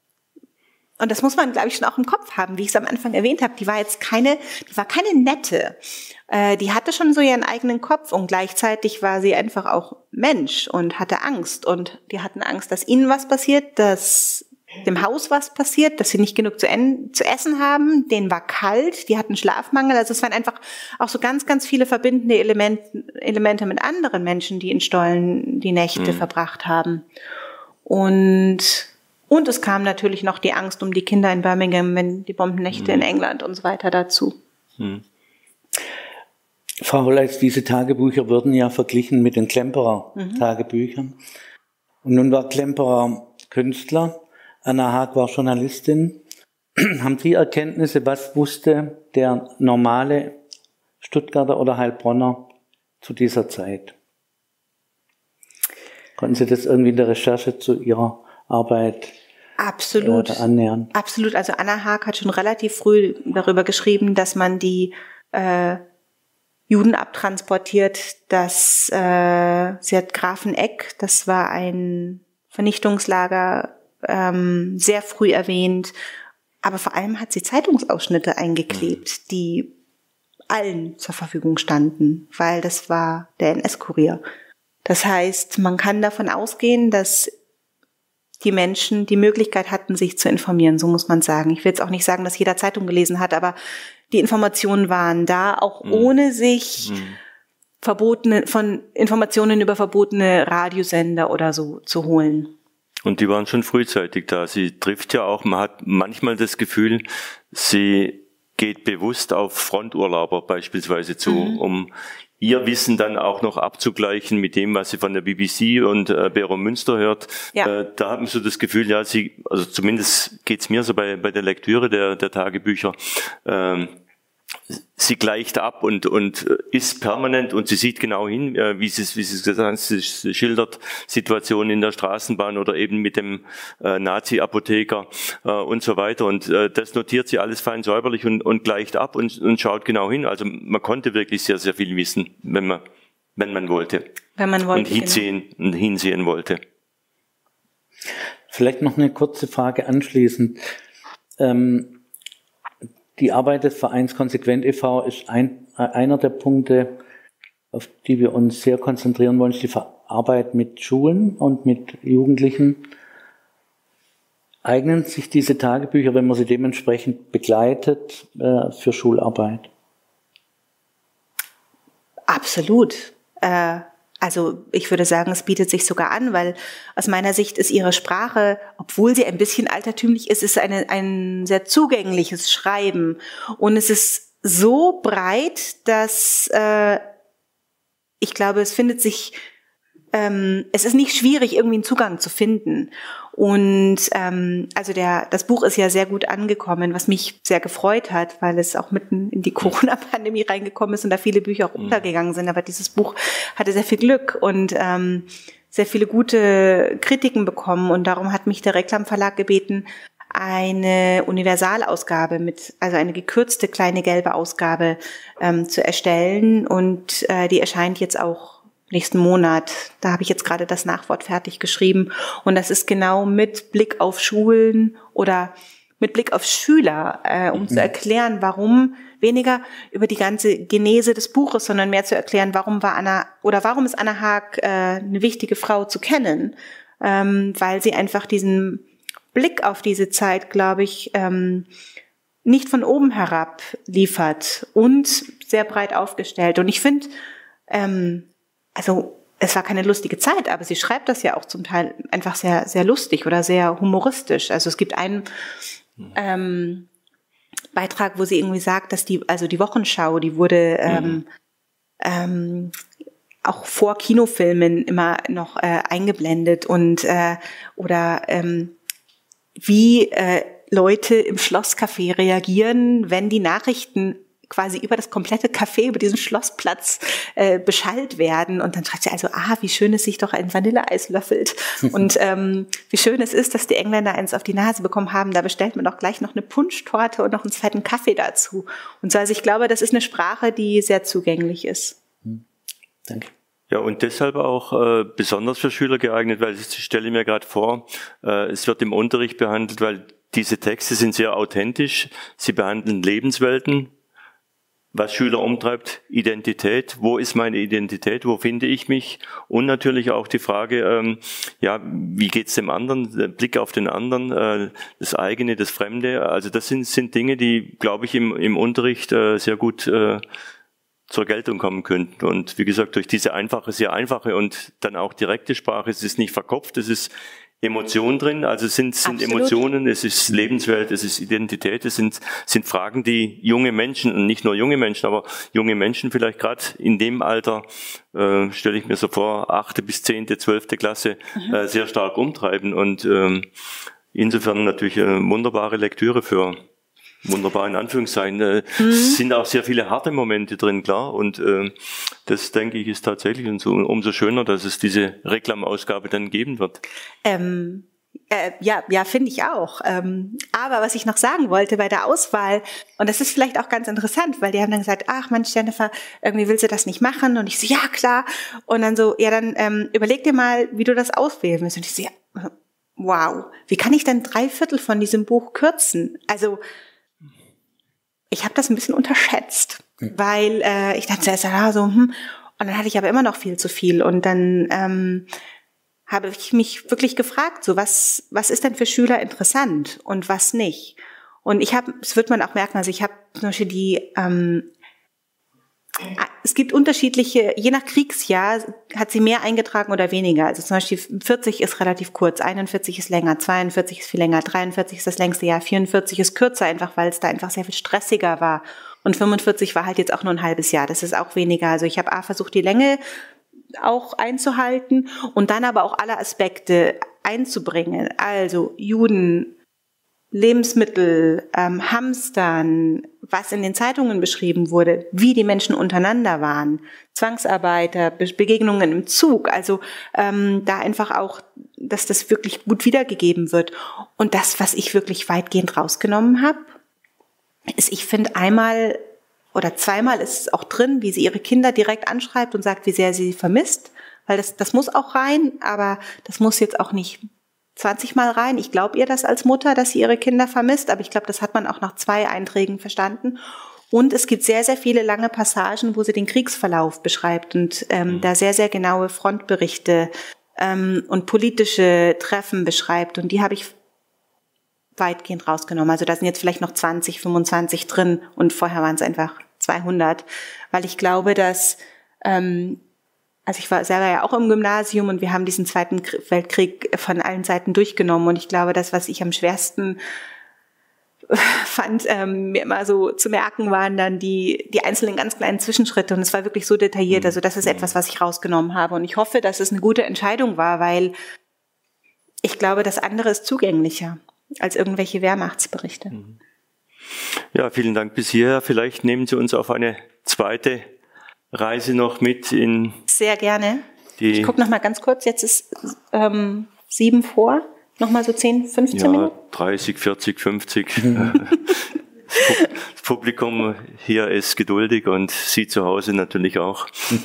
Und das muss man, glaube ich, schon auch im Kopf haben, wie ich es am Anfang erwähnt habe. Die war jetzt keine, die war keine nette. Äh, die hatte schon so ihren eigenen Kopf und gleichzeitig war sie einfach auch Mensch und hatte Angst. Und die hatten Angst, dass ihnen was passiert, dass dem Haus was passiert, dass sie nicht genug zu, en- zu essen haben. Denen war kalt, die hatten Schlafmangel. Also es waren einfach auch so ganz, ganz viele verbindende Element, Elemente mit anderen Menschen, die in Stollen die Nächte mhm. verbracht haben. Und Und es kam natürlich noch die Angst um die Kinder in Birmingham, wenn die Bombennächte mhm. in England und so weiter dazu. Mhm. Frau Holleitz, diese Tagebücher wurden ja verglichen mit den Klemperer-Tagebüchern. Mhm. Und nun war Klemperer Künstler, Anna Haag war Journalistin. Haben Sie Erkenntnisse, was wusste der normale Stuttgarter oder Heilbronner zu dieser Zeit? Konnten Sie das irgendwie in der Recherche zu Ihrer Arbeit Absolut. Äh, annähern? Absolut. Also Anna Haag hat schon relativ früh darüber geschrieben, dass man die äh, Juden abtransportiert, dass äh, sie hat Grafeneck, das war ein Vernichtungslager, ähm, sehr früh erwähnt. Aber vor allem hat sie Zeitungsausschnitte eingeklebt, die allen zur Verfügung standen, weil das war der N S-Kurier. Das heißt, man kann davon ausgehen, dass die Menschen die Möglichkeit hatten, sich zu informieren, so muss man sagen. Ich will jetzt auch nicht sagen, dass jeder Zeitung gelesen hat, aber die Informationen waren da, auch mhm. ohne sich mhm. verbotene, von Informationen über verbotene Radiosender oder so zu holen. Und die waren schon frühzeitig da. Sie trifft ja auch, man hat manchmal das Gefühl, sie geht bewusst auf Fronturlauber beispielsweise zu, mhm. um ihr Wissen dann auch noch abzugleichen mit dem, was sie von der B B C und äh, Bero Münster hört. Ja. Äh, da hat man so das Gefühl, ja, sie, also zumindest geht's mir so bei bei der Lektüre der der Tagebücher, ähm, sie gleicht ab und und ist permanent und sie sieht genau hin, äh, wie sie wie sie gesagt sie, sie schildert Situationen in der Straßenbahn oder eben mit dem äh, Nazi-Apotheker äh, und so weiter und äh, das notiert sie alles fein säuberlich und und gleicht ab und und schaut genau hin. Also man konnte wirklich sehr sehr viel wissen, wenn man wenn man wollte. Wenn man wollte. Und hinsehen genau. und hinsehen wollte. Vielleicht noch eine kurze Frage anschließend. Ähm, Die Arbeit des Vereins Konsequent e V ist ein, einer der Punkte, auf die wir uns sehr konzentrieren wollen, ist die Arbeit mit Schulen und mit Jugendlichen. Eignen sich diese Tagebücher, wenn man sie dementsprechend begleitet, äh, für Schularbeit? Absolut. Äh, Also ich würde sagen, es bietet sich sogar an, weil aus meiner Sicht ist ihre Sprache, obwohl sie ein bisschen altertümlich ist, ist eine, ein sehr zugängliches Schreiben. Und es ist so breit, dass äh, ich glaube, es findet sich, ähm, es ist nicht schwierig, irgendwie einen Zugang zu finden. Und ähm, also der, das Buch ist ja sehr gut angekommen, was mich sehr gefreut hat, weil es auch mitten in die Corona-Pandemie reingekommen ist und da viele Bücher auch untergegangen sind. Aber dieses Buch hatte sehr viel Glück und ähm, sehr viele gute Kritiken bekommen. Und darum hat mich der Reklam Verlag gebeten, eine Universalausgabe mit, also eine gekürzte kleine gelbe Ausgabe ähm, zu erstellen. Und äh, die erscheint jetzt auch nächsten Monat. Da habe ich jetzt gerade das Nachwort fertig geschrieben. Und das ist genau mit Blick auf Schulen oder mit Blick auf Schüler, äh, um mhm. zu erklären, warum, weniger über die ganze Genese des Buches, sondern mehr zu erklären, warum war Anna oder warum ist Anna Haag äh, eine wichtige Frau zu kennen. Ähm, weil sie einfach diesen Blick auf diese Zeit, glaube ich, ähm, nicht von oben herab liefert und sehr breit aufgestellt. Und ich finde, ähm, also es war keine lustige Zeit, aber sie schreibt das ja auch zum Teil einfach sehr, sehr lustig oder sehr humoristisch. Also es gibt einen ähm, Beitrag, wo sie irgendwie sagt, dass die, also die Wochenschau, die wurde ähm, mhm. ähm, auch vor Kinofilmen immer noch äh, eingeblendet und äh, oder ähm, wie äh, Leute im Schlosscafé reagieren, wenn die Nachrichten quasi über das komplette Café, über diesen Schlossplatz äh, beschallt werden. Und dann schreibt sie also, ah, wie schön es sich doch ein Vanilleeis löffelt. Und ähm, wie schön es ist, dass die Engländer eins auf die Nase bekommen haben. Da bestellt man doch gleich noch eine Punschtorte und noch einen zweiten Kaffee dazu. Und so, also ich glaube, das ist eine Sprache, die sehr zugänglich ist. Hm. Danke. Ja, und deshalb auch äh, besonders für Schüler geeignet, weil ich stelle mir gerade vor, äh, es wird im Unterricht behandelt, weil diese Texte sind sehr authentisch. Sie behandeln Lebenswelten, was Schüler umtreibt, Identität, wo ist meine Identität, wo finde ich mich und natürlich auch die Frage, ähm, ja, wie geht's dem anderen, der Blick auf den anderen, äh, das eigene, das Fremde, also das sind sind Dinge, die, glaube ich, im im Unterricht äh, sehr gut äh, zur Geltung kommen könnten. Und wie gesagt, durch diese einfache, sehr einfache und dann auch direkte Sprache, es ist nicht verkopft, es ist Emotion drin, also es sind, sind Emotionen, es ist Lebenswelt, es ist Identität, es sind, sind Fragen, die junge Menschen, und nicht nur junge Menschen, aber junge Menschen vielleicht gerade in dem Alter, äh, stelle ich mir so vor, achte bis zehnte, zwölfte Klasse, mhm. äh, sehr stark umtreiben und ähm, insofern natürlich eine wunderbare Lektüre für wunderbar in Anführungszeichen. Äh, mhm. Es sind auch sehr viele harte Momente drin, klar. Und äh, das, denke ich, ist tatsächlich und so, umso schöner, dass es diese Reklamausgabe dann geben wird. Ähm, äh, ja, ja, finde ich auch. Ähm, aber was ich noch sagen wollte bei der Auswahl, und das ist vielleicht auch ganz interessant, weil die haben dann gesagt, ach Mensch, Jennifer, irgendwie willst du das nicht machen? Und ich so, ja, klar. Und dann so, ja, dann ähm, überleg dir mal, wie du das auswählen willst. Und ich so, ja, wow, wie kann ich denn drei Viertel von diesem Buch kürzen? Also ich habe das ein bisschen unterschätzt, weil äh, ich dachte zuerst, ja, so, hm. Und dann hatte ich aber immer noch viel zu viel. Und dann ähm, habe ich mich wirklich gefragt, so was was ist denn für Schüler interessant und was nicht? Und ich habe, das wird man auch merken, also ich habe zum Beispiel die, ähm, es gibt unterschiedliche, je nach Kriegsjahr hat sie mehr eingetragen oder weniger. Also zum Beispiel vierzig ist relativ kurz, einundvierzig ist länger, zweiundvierzig ist viel länger, dreiundvierzig ist das längste Jahr, vierundvierzig ist kürzer, einfach weil es da einfach sehr viel stressiger war. Und fünfundvierzig war halt jetzt auch nur ein halbes Jahr, das ist auch weniger. Also ich habe A, versucht, die Länge auch einzuhalten und dann aber auch alle Aspekte einzubringen. Also Juden, Lebensmittel, ähm, Hamstern, was in den Zeitungen beschrieben wurde, wie die Menschen untereinander waren, Zwangsarbeiter, Be- Begegnungen im Zug, also ähm, da einfach auch, dass das wirklich gut wiedergegeben wird. Und das, was ich wirklich weitgehend rausgenommen habe, ist, ich finde einmal oder zweimal ist es auch drin, wie sie ihre Kinder direkt anschreibt und sagt, wie sehr sie sie vermisst, weil das, das muss auch rein, aber das muss jetzt auch nicht zwanzig Mal rein. Ich glaube ihr das als Mutter, dass sie ihre Kinder vermisst, aber ich glaube, das hat man auch nach zwei Einträgen verstanden. Und es gibt sehr, sehr viele lange Passagen, wo sie den Kriegsverlauf beschreibt und ähm, mhm. da sehr, sehr genaue Frontberichte ähm, und politische Treffen beschreibt. Und die habe ich weitgehend rausgenommen. Also da sind jetzt vielleicht noch zwanzig, fünfundzwanzig drin und vorher waren es einfach zweihundert, weil ich glaube, dass ähm, also ich war selber ja auch im Gymnasium und wir haben diesen Zweiten Weltkrieg von allen Seiten durchgenommen und ich glaube, das, was ich am schwersten fand, ähm, mir immer so zu merken, waren dann die, die einzelnen ganz kleinen Zwischenschritte und es war wirklich so detailliert, also das ist etwas, was ich rausgenommen habe und ich hoffe, dass es eine gute Entscheidung war, weil ich glaube, das andere ist zugänglicher als irgendwelche Wehrmachtsberichte. Ja, vielen Dank bis hierher. Vielleicht nehmen Sie uns auf eine zweite Reise noch mit in... Sehr gerne. Ich gucke noch mal ganz kurz, jetzt ist ähm, sieben vor. Nochmal so zehn, fünfzehn ja, Minuten? dreißig, vierzig, fünfzig. Das Publikum hier ist geduldig und Sie zu Hause natürlich auch.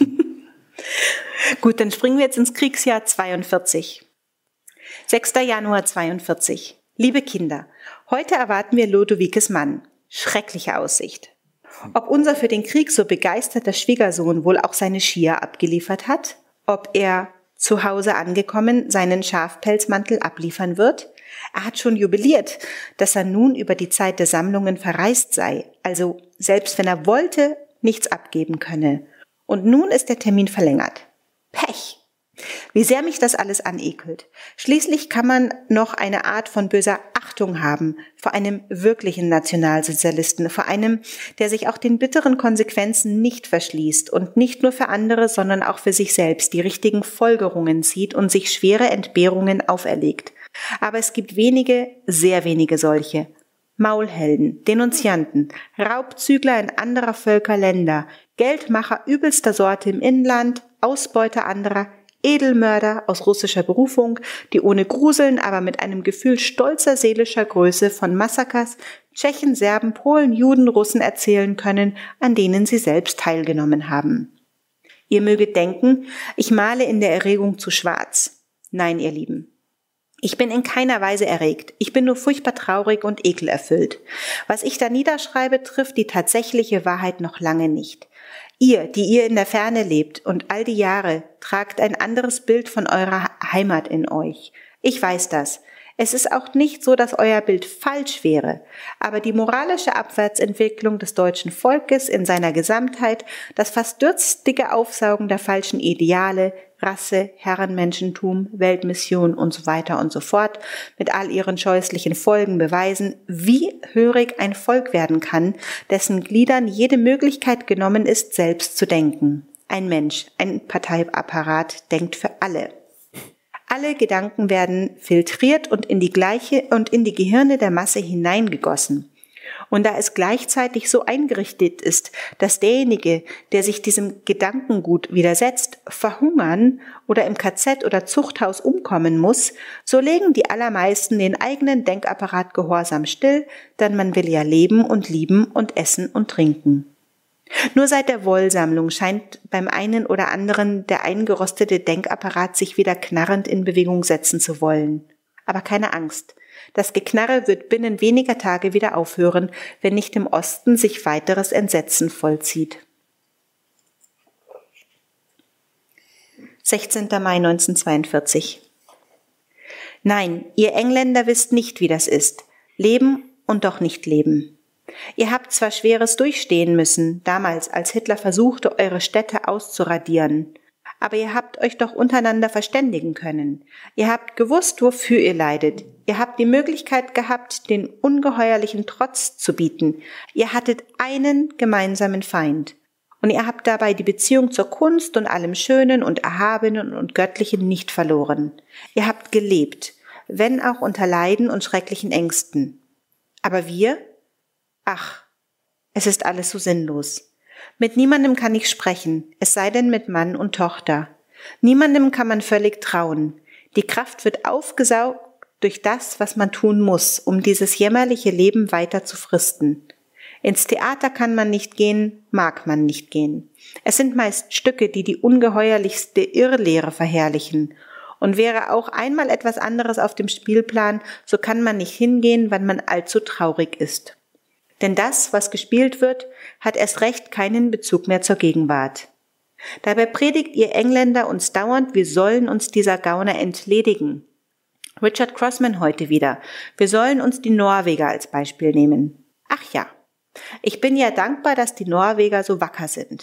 Gut, dann springen wir jetzt ins Kriegsjahr zweiundvierzig. sechster Januar zweiundvierzig. Liebe Kinder, heute erwarten wir Lodowikes Mann. Schreckliche Aussicht. Ob unser für den Krieg so begeisterter Schwiegersohn wohl auch seine Skier abgeliefert hat? Ob er zu Hause angekommen seinen Schafpelzmantel abliefern wird? Er hat schon jubiliert, dass er nun über die Zeit der Sammlungen verreist sei, also selbst wenn er wollte, nichts abgeben könne. Und nun ist der Termin verlängert. Pech! Wie sehr mich das alles anekelt. Schließlich kann man noch eine Art von böser Achtung haben vor einem wirklichen Nationalsozialisten, vor einem, der sich auch den bitteren Konsequenzen nicht verschließt und nicht nur für andere, sondern auch für sich selbst die richtigen Folgerungen zieht und sich schwere Entbehrungen auferlegt. Aber es gibt wenige, sehr wenige solche. Maulhelden, Denunzianten, Raubzügler in anderer Völker, Länder, Geldmacher übelster Sorte im Inland, Ausbeuter anderer, Edelmörder aus russischer Berufung, die ohne Gruseln, aber mit einem Gefühl stolzer seelischer Größe von Massakers Tschechen, Serben, Polen, Juden, Russen erzählen können, an denen sie selbst teilgenommen haben. Ihr möget denken, ich male in der Erregung zu schwarz. Nein, ihr Lieben. Ich bin in keiner Weise erregt. Ich bin nur furchtbar traurig und ekelerfüllt. Was ich da niederschreibe, trifft die tatsächliche Wahrheit noch lange nicht. Ihr, die ihr in der Ferne lebt und all die Jahre, tragt ein anderes Bild von eurer Heimat in euch. Ich weiß das. Es ist auch nicht so, dass euer Bild falsch wäre, aber die moralische Abwärtsentwicklung des deutschen Volkes in seiner Gesamtheit, das fast dürstige Aufsaugen der falschen Ideale, Rasse, Herrenmenschentum, Weltmission und so weiter und so fort, mit all ihren scheußlichen Folgen beweisen, wie hörig ein Volk werden kann, dessen Gliedern jede Möglichkeit genommen ist, selbst zu denken. Ein Mensch, ein Parteiapparat denkt für alle. Alle Gedanken werden filtriert und in die gleiche und in die Gehirne der Masse hineingegossen. Und da es gleichzeitig so eingerichtet ist, dass derjenige, der sich diesem Gedankengut widersetzt, verhungern oder im K Z oder Zuchthaus umkommen muss, so legen die allermeisten den eigenen Denkapparat gehorsam still, denn man will ja leben und lieben und essen und trinken. Nur seit der Wollsammlung scheint beim einen oder anderen der eingerostete Denkapparat sich wieder knarrend in Bewegung setzen zu wollen. Aber keine Angst. Das Geknarre wird binnen weniger Tage wieder aufhören, wenn nicht im Osten sich weiteres Entsetzen vollzieht. sechzehnter Mai neunzehnhundertzweiundvierzig. Nein, ihr Engländer wisst nicht, wie das ist. Leben und doch nicht leben. Ihr habt zwar Schweres durchstehen müssen, damals, als Hitler versuchte, eure Städte auszuradieren, aber ihr habt euch doch untereinander verständigen können. Ihr habt gewusst, wofür ihr leidet. Ihr habt die Möglichkeit gehabt, den ungeheuerlichen Trotz zu bieten. Ihr hattet einen gemeinsamen Feind. Und ihr habt dabei die Beziehung zur Kunst und allem Schönen und Erhabenen und Göttlichen nicht verloren. Ihr habt gelebt, wenn auch unter Leiden und schrecklichen Ängsten. Aber wir? Ach, es ist alles so sinnlos. Mit niemandem kann ich sprechen, es sei denn mit Mann und Tochter. Niemandem kann man völlig trauen. Die Kraft wird aufgesaugt durch das, was man tun muss, um dieses jämmerliche Leben weiter zu fristen. Ins Theater kann man nicht gehen, mag man nicht gehen. Es sind meist Stücke, die die ungeheuerlichste Irrlehre verherrlichen. Und wäre auch einmal etwas anderes auf dem Spielplan, so kann man nicht hingehen, wenn man allzu traurig ist. Denn das, was gespielt wird, hat erst recht keinen Bezug mehr zur Gegenwart. Dabei predigt ihr Engländer uns dauernd, wir sollen uns dieser Gauner entledigen. Richard Crossman heute wieder. Wir sollen uns die Norweger als Beispiel nehmen. Ach ja, ich bin ja dankbar, dass die Norweger so wacker sind.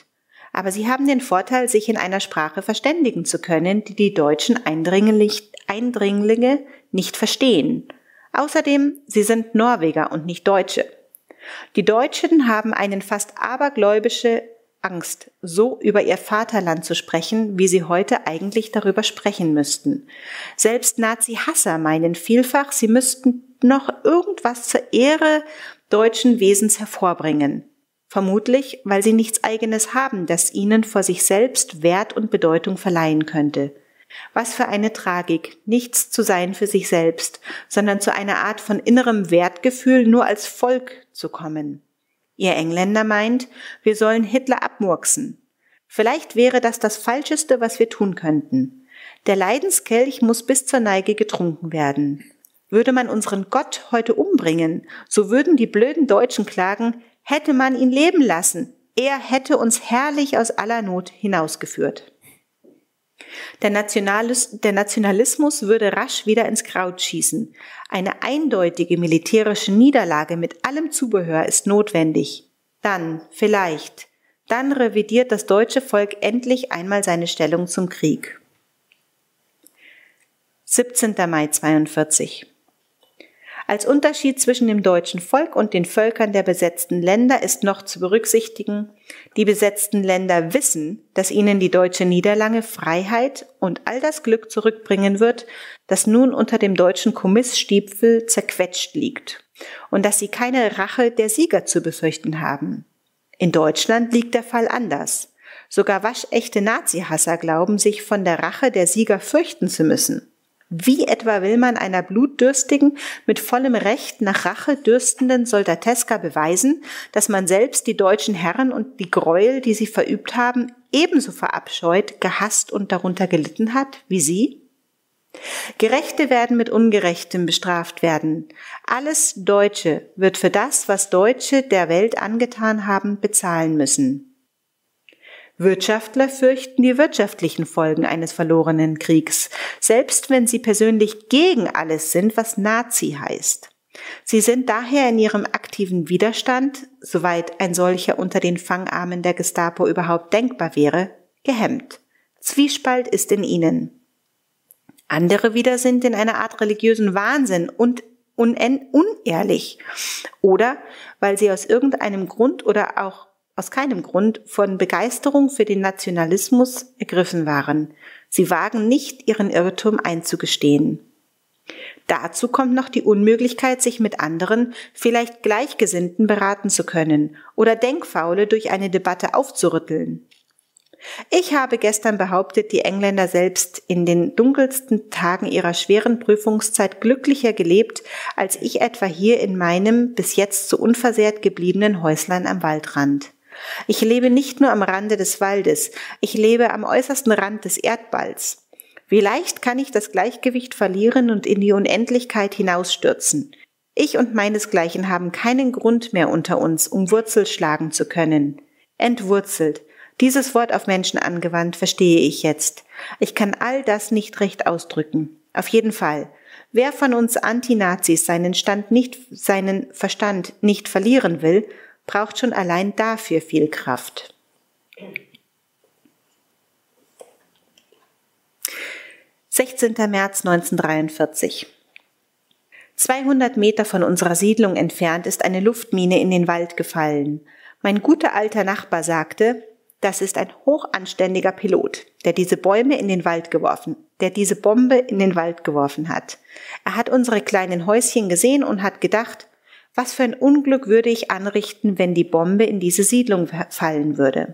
Aber sie haben den Vorteil, sich in einer Sprache verständigen zu können, die die deutschen Eindringlinge nicht verstehen. Außerdem, sie sind Norweger und nicht Deutsche. Die Deutschen haben einen fast abergläubische Angst, so über ihr Vaterland zu sprechen, wie sie heute eigentlich darüber sprechen müssten. Selbst Nazi-Hasser meinen vielfach, sie müssten noch irgendwas zur Ehre deutschen Wesens hervorbringen. Vermutlich, weil sie nichts Eigenes haben, das ihnen vor sich selbst Wert und Bedeutung verleihen könnte. Was für eine Tragik, nichts zu sein für sich selbst, sondern zu einer Art von innerem Wertgefühl nur als Volk zu kommen. Ihr Engländer meint, wir sollen Hitler abmurksen. Vielleicht wäre das das Falscheste, was wir tun könnten. Der Leidenskelch muss bis zur Neige getrunken werden. Würde man unseren Gott heute umbringen, so würden die blöden Deutschen klagen, hätte man ihn leben lassen. Er hätte uns herrlich aus aller Not hinausgeführt. Der, Nationalis- der Nationalismus würde rasch wieder ins Kraut schießen. Eine eindeutige militärische Niederlage mit allem Zubehör ist notwendig. Dann, vielleicht, dann revidiert das deutsche Volk endlich einmal seine Stellung zum Krieg. siebzehnter Mai zweiundvierzig. Als Unterschied zwischen dem deutschen Volk und den Völkern der besetzten Länder ist noch zu berücksichtigen, die besetzten Länder wissen, dass ihnen die deutsche Niederlage Freiheit und all das Glück zurückbringen wird, das nun unter dem deutschen Kommissstiefel zerquetscht liegt, und dass sie keine Rache der Sieger zu befürchten haben. In Deutschland liegt der Fall anders. Sogar waschechte Nazi-Hasser glauben, sich von der Rache der Sieger fürchten zu müssen. Wie etwa will man einer blutdürstigen, mit vollem Recht nach Rache dürstenden Soldateska beweisen, dass man selbst die deutschen Herren und die Gräuel, die sie verübt haben, ebenso verabscheut, gehasst und darunter gelitten hat wie sie? Gerechte werden mit Ungerechtem bestraft werden. Alles Deutsche wird für das, was Deutsche der Welt angetan haben, bezahlen müssen. Wirtschaftler fürchten die wirtschaftlichen Folgen eines verlorenen Kriegs, selbst wenn sie persönlich gegen alles sind, was Nazi heißt. Sie sind daher in ihrem aktiven Widerstand, soweit ein solcher unter den Fangarmen der Gestapo überhaupt denkbar wäre, gehemmt. Zwiespalt ist in ihnen. Andere wieder sind in einer Art religiösen Wahnsinn und unehrlich oder weil sie aus irgendeinem Grund oder auch aus keinem Grund von Begeisterung für den Nationalismus ergriffen waren. Sie wagen nicht, ihren Irrtum einzugestehen. Dazu kommt noch die Unmöglichkeit, sich mit anderen, vielleicht Gleichgesinnten beraten zu können oder Denkfaule durch eine Debatte aufzurütteln. Ich habe gestern behauptet, die Engländer selbst in den dunkelsten Tagen ihrer schweren Prüfungszeit glücklicher gelebt, als ich etwa hier in meinem bis jetzt so unversehrt gebliebenen Häuslein am Waldrand. Ich lebe nicht nur am Rande des Waldes, ich lebe am äußersten Rand des Erdballs. Wie leicht kann ich das Gleichgewicht verlieren und in die Unendlichkeit hinausstürzen? Ich und meinesgleichen haben keinen Grund mehr unter uns, um Wurzel schlagen zu können. Entwurzelt. Dieses Wort auf Menschen angewandt verstehe ich jetzt. Ich kann all das nicht recht ausdrücken. Auf jeden Fall. Wer von uns Antinazis seinen Stand nicht, seinen Verstand nicht verlieren will, braucht schon allein dafür viel Kraft. sechzehnter März neunzehnhundertdreiundvierzig. zweihundert Meter von unserer Siedlung entfernt ist eine Luftmine in den Wald gefallen. Mein guter alter Nachbar sagte, das ist ein hochanständiger Pilot, der diese Bäume in den Wald geworfen, der diese Bombe in den Wald geworfen hat. Er hat unsere kleinen Häuschen gesehen und hat gedacht, was für ein Unglück würde ich anrichten, wenn die Bombe in diese Siedlung fallen würde.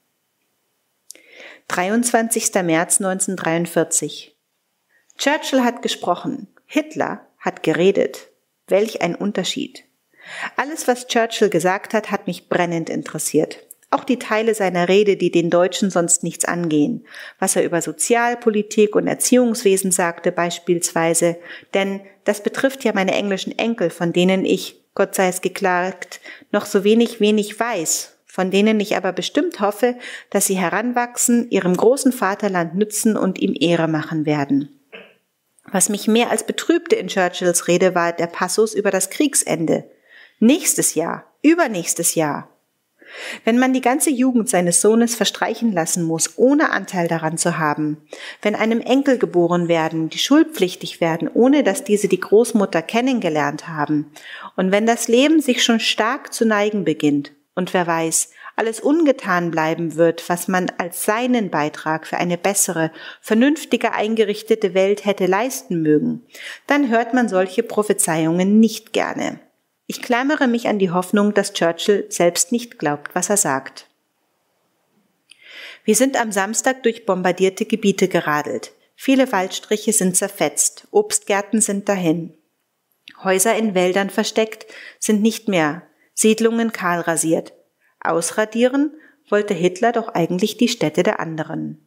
dreiundzwanzigster März neunzehnhundertdreiundvierzig. Churchill hat gesprochen, Hitler hat geredet. Welch ein Unterschied. Alles, was Churchill gesagt hat, hat mich brennend interessiert. Auch die Teile seiner Rede, die den Deutschen sonst nichts angehen. Was er über Sozialpolitik und Erziehungswesen sagte beispielsweise, denn das betrifft ja meine englischen Enkel, von denen ich, Gott sei es geklagt, noch so wenig wenig weiß, von denen ich aber bestimmt hoffe, dass sie heranwachsen, ihrem großen Vaterland nützen und ihm Ehre machen werden. Was mich mehr als betrübte in Churchills Rede war der Passus über das Kriegsende. Nächstes Jahr, übernächstes Jahr. Wenn man die ganze Jugend seines Sohnes verstreichen lassen muss, ohne Anteil daran zu haben, wenn einem Enkel geboren werden, die schulpflichtig werden, ohne dass diese die Großmutter kennengelernt haben, und wenn das Leben sich schon stark zu neigen beginnt und wer weiß, alles ungetan bleiben wird, was man als seinen Beitrag für eine bessere, vernünftiger eingerichtete Welt hätte leisten mögen, dann hört man solche Prophezeiungen nicht gerne. Ich klammere mich an die Hoffnung, dass Churchill selbst nicht glaubt, was er sagt. Wir sind am Samstag durch bombardierte Gebiete geradelt. Viele Waldstriche sind zerfetzt, Obstgärten sind dahin. Häuser in Wäldern versteckt sind nicht mehr, Siedlungen kahl rasiert. Ausradieren wollte Hitler doch eigentlich die Städte der anderen.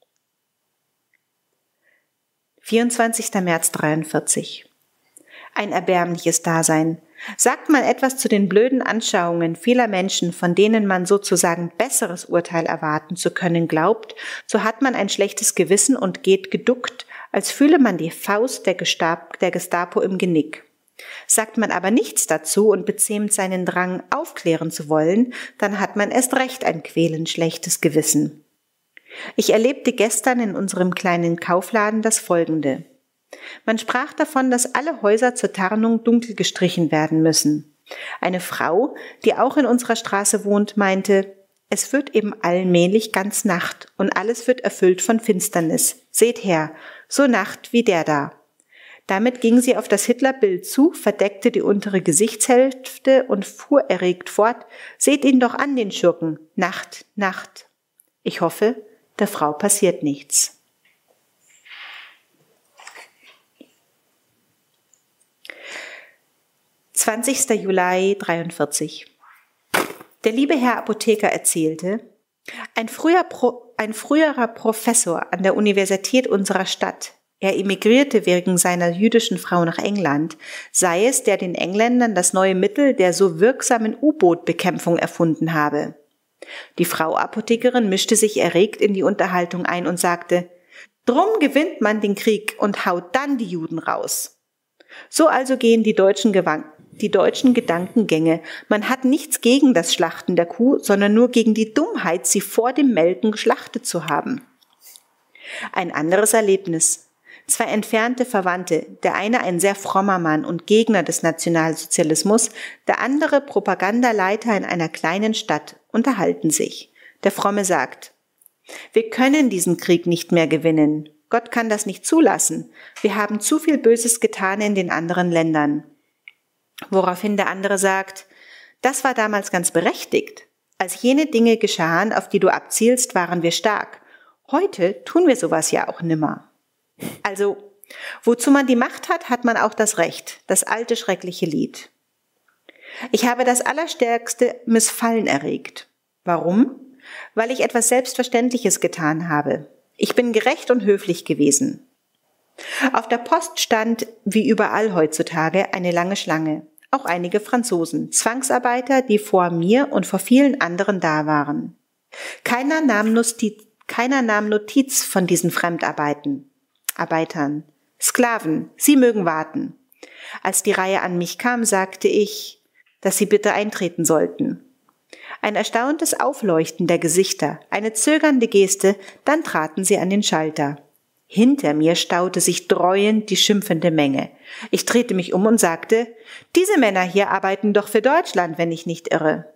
vierundzwanzigster März dreiundvierzig. Ein erbärmliches Dasein. Sagt man etwas zu den blöden Anschauungen vieler Menschen, von denen man sozusagen besseres Urteil erwarten zu können glaubt, so hat man ein schlechtes Gewissen und geht geduckt, als fühle man die Faust der Gestapo im Genick. Sagt man aber nichts dazu und bezähmt seinen Drang, aufklären zu wollen, dann hat man erst recht ein quälend schlechtes Gewissen. Ich erlebte gestern in unserem kleinen Kaufladen das Folgende. Man sprach davon, dass alle Häuser zur Tarnung dunkel gestrichen werden müssen. Eine Frau, die auch in unserer Straße wohnt, meinte, es wird eben allmählich ganz Nacht und alles wird erfüllt von Finsternis. Seht her, so Nacht wie der da. Damit ging sie auf das Hitlerbild zu, verdeckte die untere Gesichtshälfte und fuhr erregt fort, seht ihn doch an, den Schurken. Nacht, Nacht. Ich hoffe, der Frau passiert nichts. zwanzigster Juli dreiundvierzig. Der liebe Herr Apotheker erzählte, ein, früher Pro, ein früherer Professor an der Universität unserer Stadt, er emigrierte wegen seiner jüdischen Frau nach England, sei es, der den Engländern das neue Mittel der so wirksamen U-Boot-Bekämpfung erfunden habe. Die Frau Apothekerin mischte sich erregt in die Unterhaltung ein und sagte, drum gewinnt man den Krieg und haut dann die Juden raus. So also gehen die deutschen Gewang Die deutschen Gedankengänge. Man hat nichts gegen das Schlachten der Kuh, sondern nur gegen die Dummheit, sie vor dem Melken geschlachtet zu haben. Ein anderes Erlebnis. Zwei entfernte Verwandte, der eine ein sehr frommer Mann und Gegner des Nationalsozialismus, der andere Propagandaleiter in einer kleinen Stadt, unterhalten sich. Der Fromme sagt, wir können diesen Krieg nicht mehr gewinnen. Gott kann das nicht zulassen. Wir haben zu viel Böses getan in den anderen Ländern. Woraufhin der andere sagt, das war damals ganz berechtigt. Als jene Dinge geschahen, auf die du abzielst, waren wir stark. Heute tun wir sowas ja auch nimmer. Also, wozu man die Macht hat, hat man auch das Recht, das alte schreckliche Lied. Ich habe das allerstärkste Missfallen erregt. Warum? Weil ich etwas Selbstverständliches getan habe. Ich bin gerecht und höflich gewesen. Auf der Post stand, wie überall heutzutage, eine lange Schlange. Auch einige Franzosen, Zwangsarbeiter, die vor mir und vor vielen anderen da waren. Keiner nahm Notiz, keiner nahm Notiz von diesen Fremdarbeiten. Arbeitern, Sklaven, sie mögen warten. Als die Reihe an mich kam, sagte ich, dass sie bitte eintreten sollten. Ein erstauntes Aufleuchten der Gesichter, eine zögernde Geste, dann traten sie an den Schalter. Hinter mir staute sich dreuend die schimpfende Menge. Ich drehte mich um und sagte, diese Männer hier arbeiten doch für Deutschland, wenn ich nicht irre.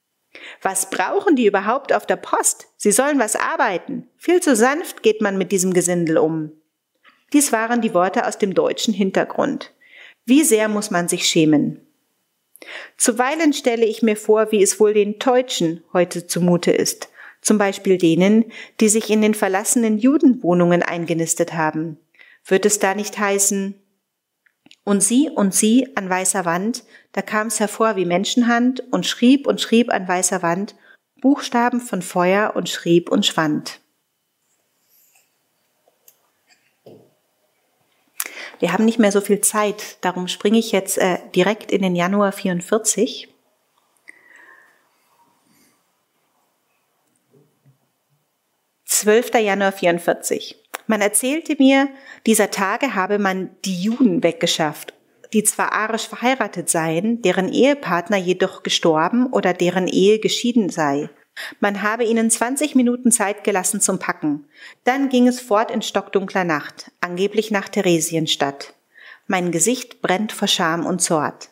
Was brauchen die überhaupt auf der Post? Sie sollen was arbeiten. Viel zu sanft geht man mit diesem Gesindel um. Dies waren die Worte aus dem deutschen Hintergrund. Wie sehr muss man sich schämen? Zuweilen stelle ich mir vor, wie es wohl den Deutschen heute zumute ist. Zum Beispiel denen, die sich in den verlassenen Judenwohnungen eingenistet haben. Wird es da nicht heißen, und sie und sie an weißer Wand, da kam es hervor wie Menschenhand und schrieb und schrieb an weißer Wand, Buchstaben von Feuer und schrieb und schwand. Wir haben nicht mehr so viel Zeit, darum springe ich jetzt äh, direkt in den Januar vierundvierzig. zwölfter Januar vierundvierzig. Man erzählte mir, dieser Tage habe man die Juden weggeschafft, die zwar arisch verheiratet seien, deren Ehepartner jedoch gestorben oder deren Ehe geschieden sei. Man habe ihnen zwanzig Minuten Zeit gelassen zum Packen. Dann ging es fort in stockdunkler Nacht, angeblich nach Theresienstadt. Mein Gesicht brennt vor Scham und Zort.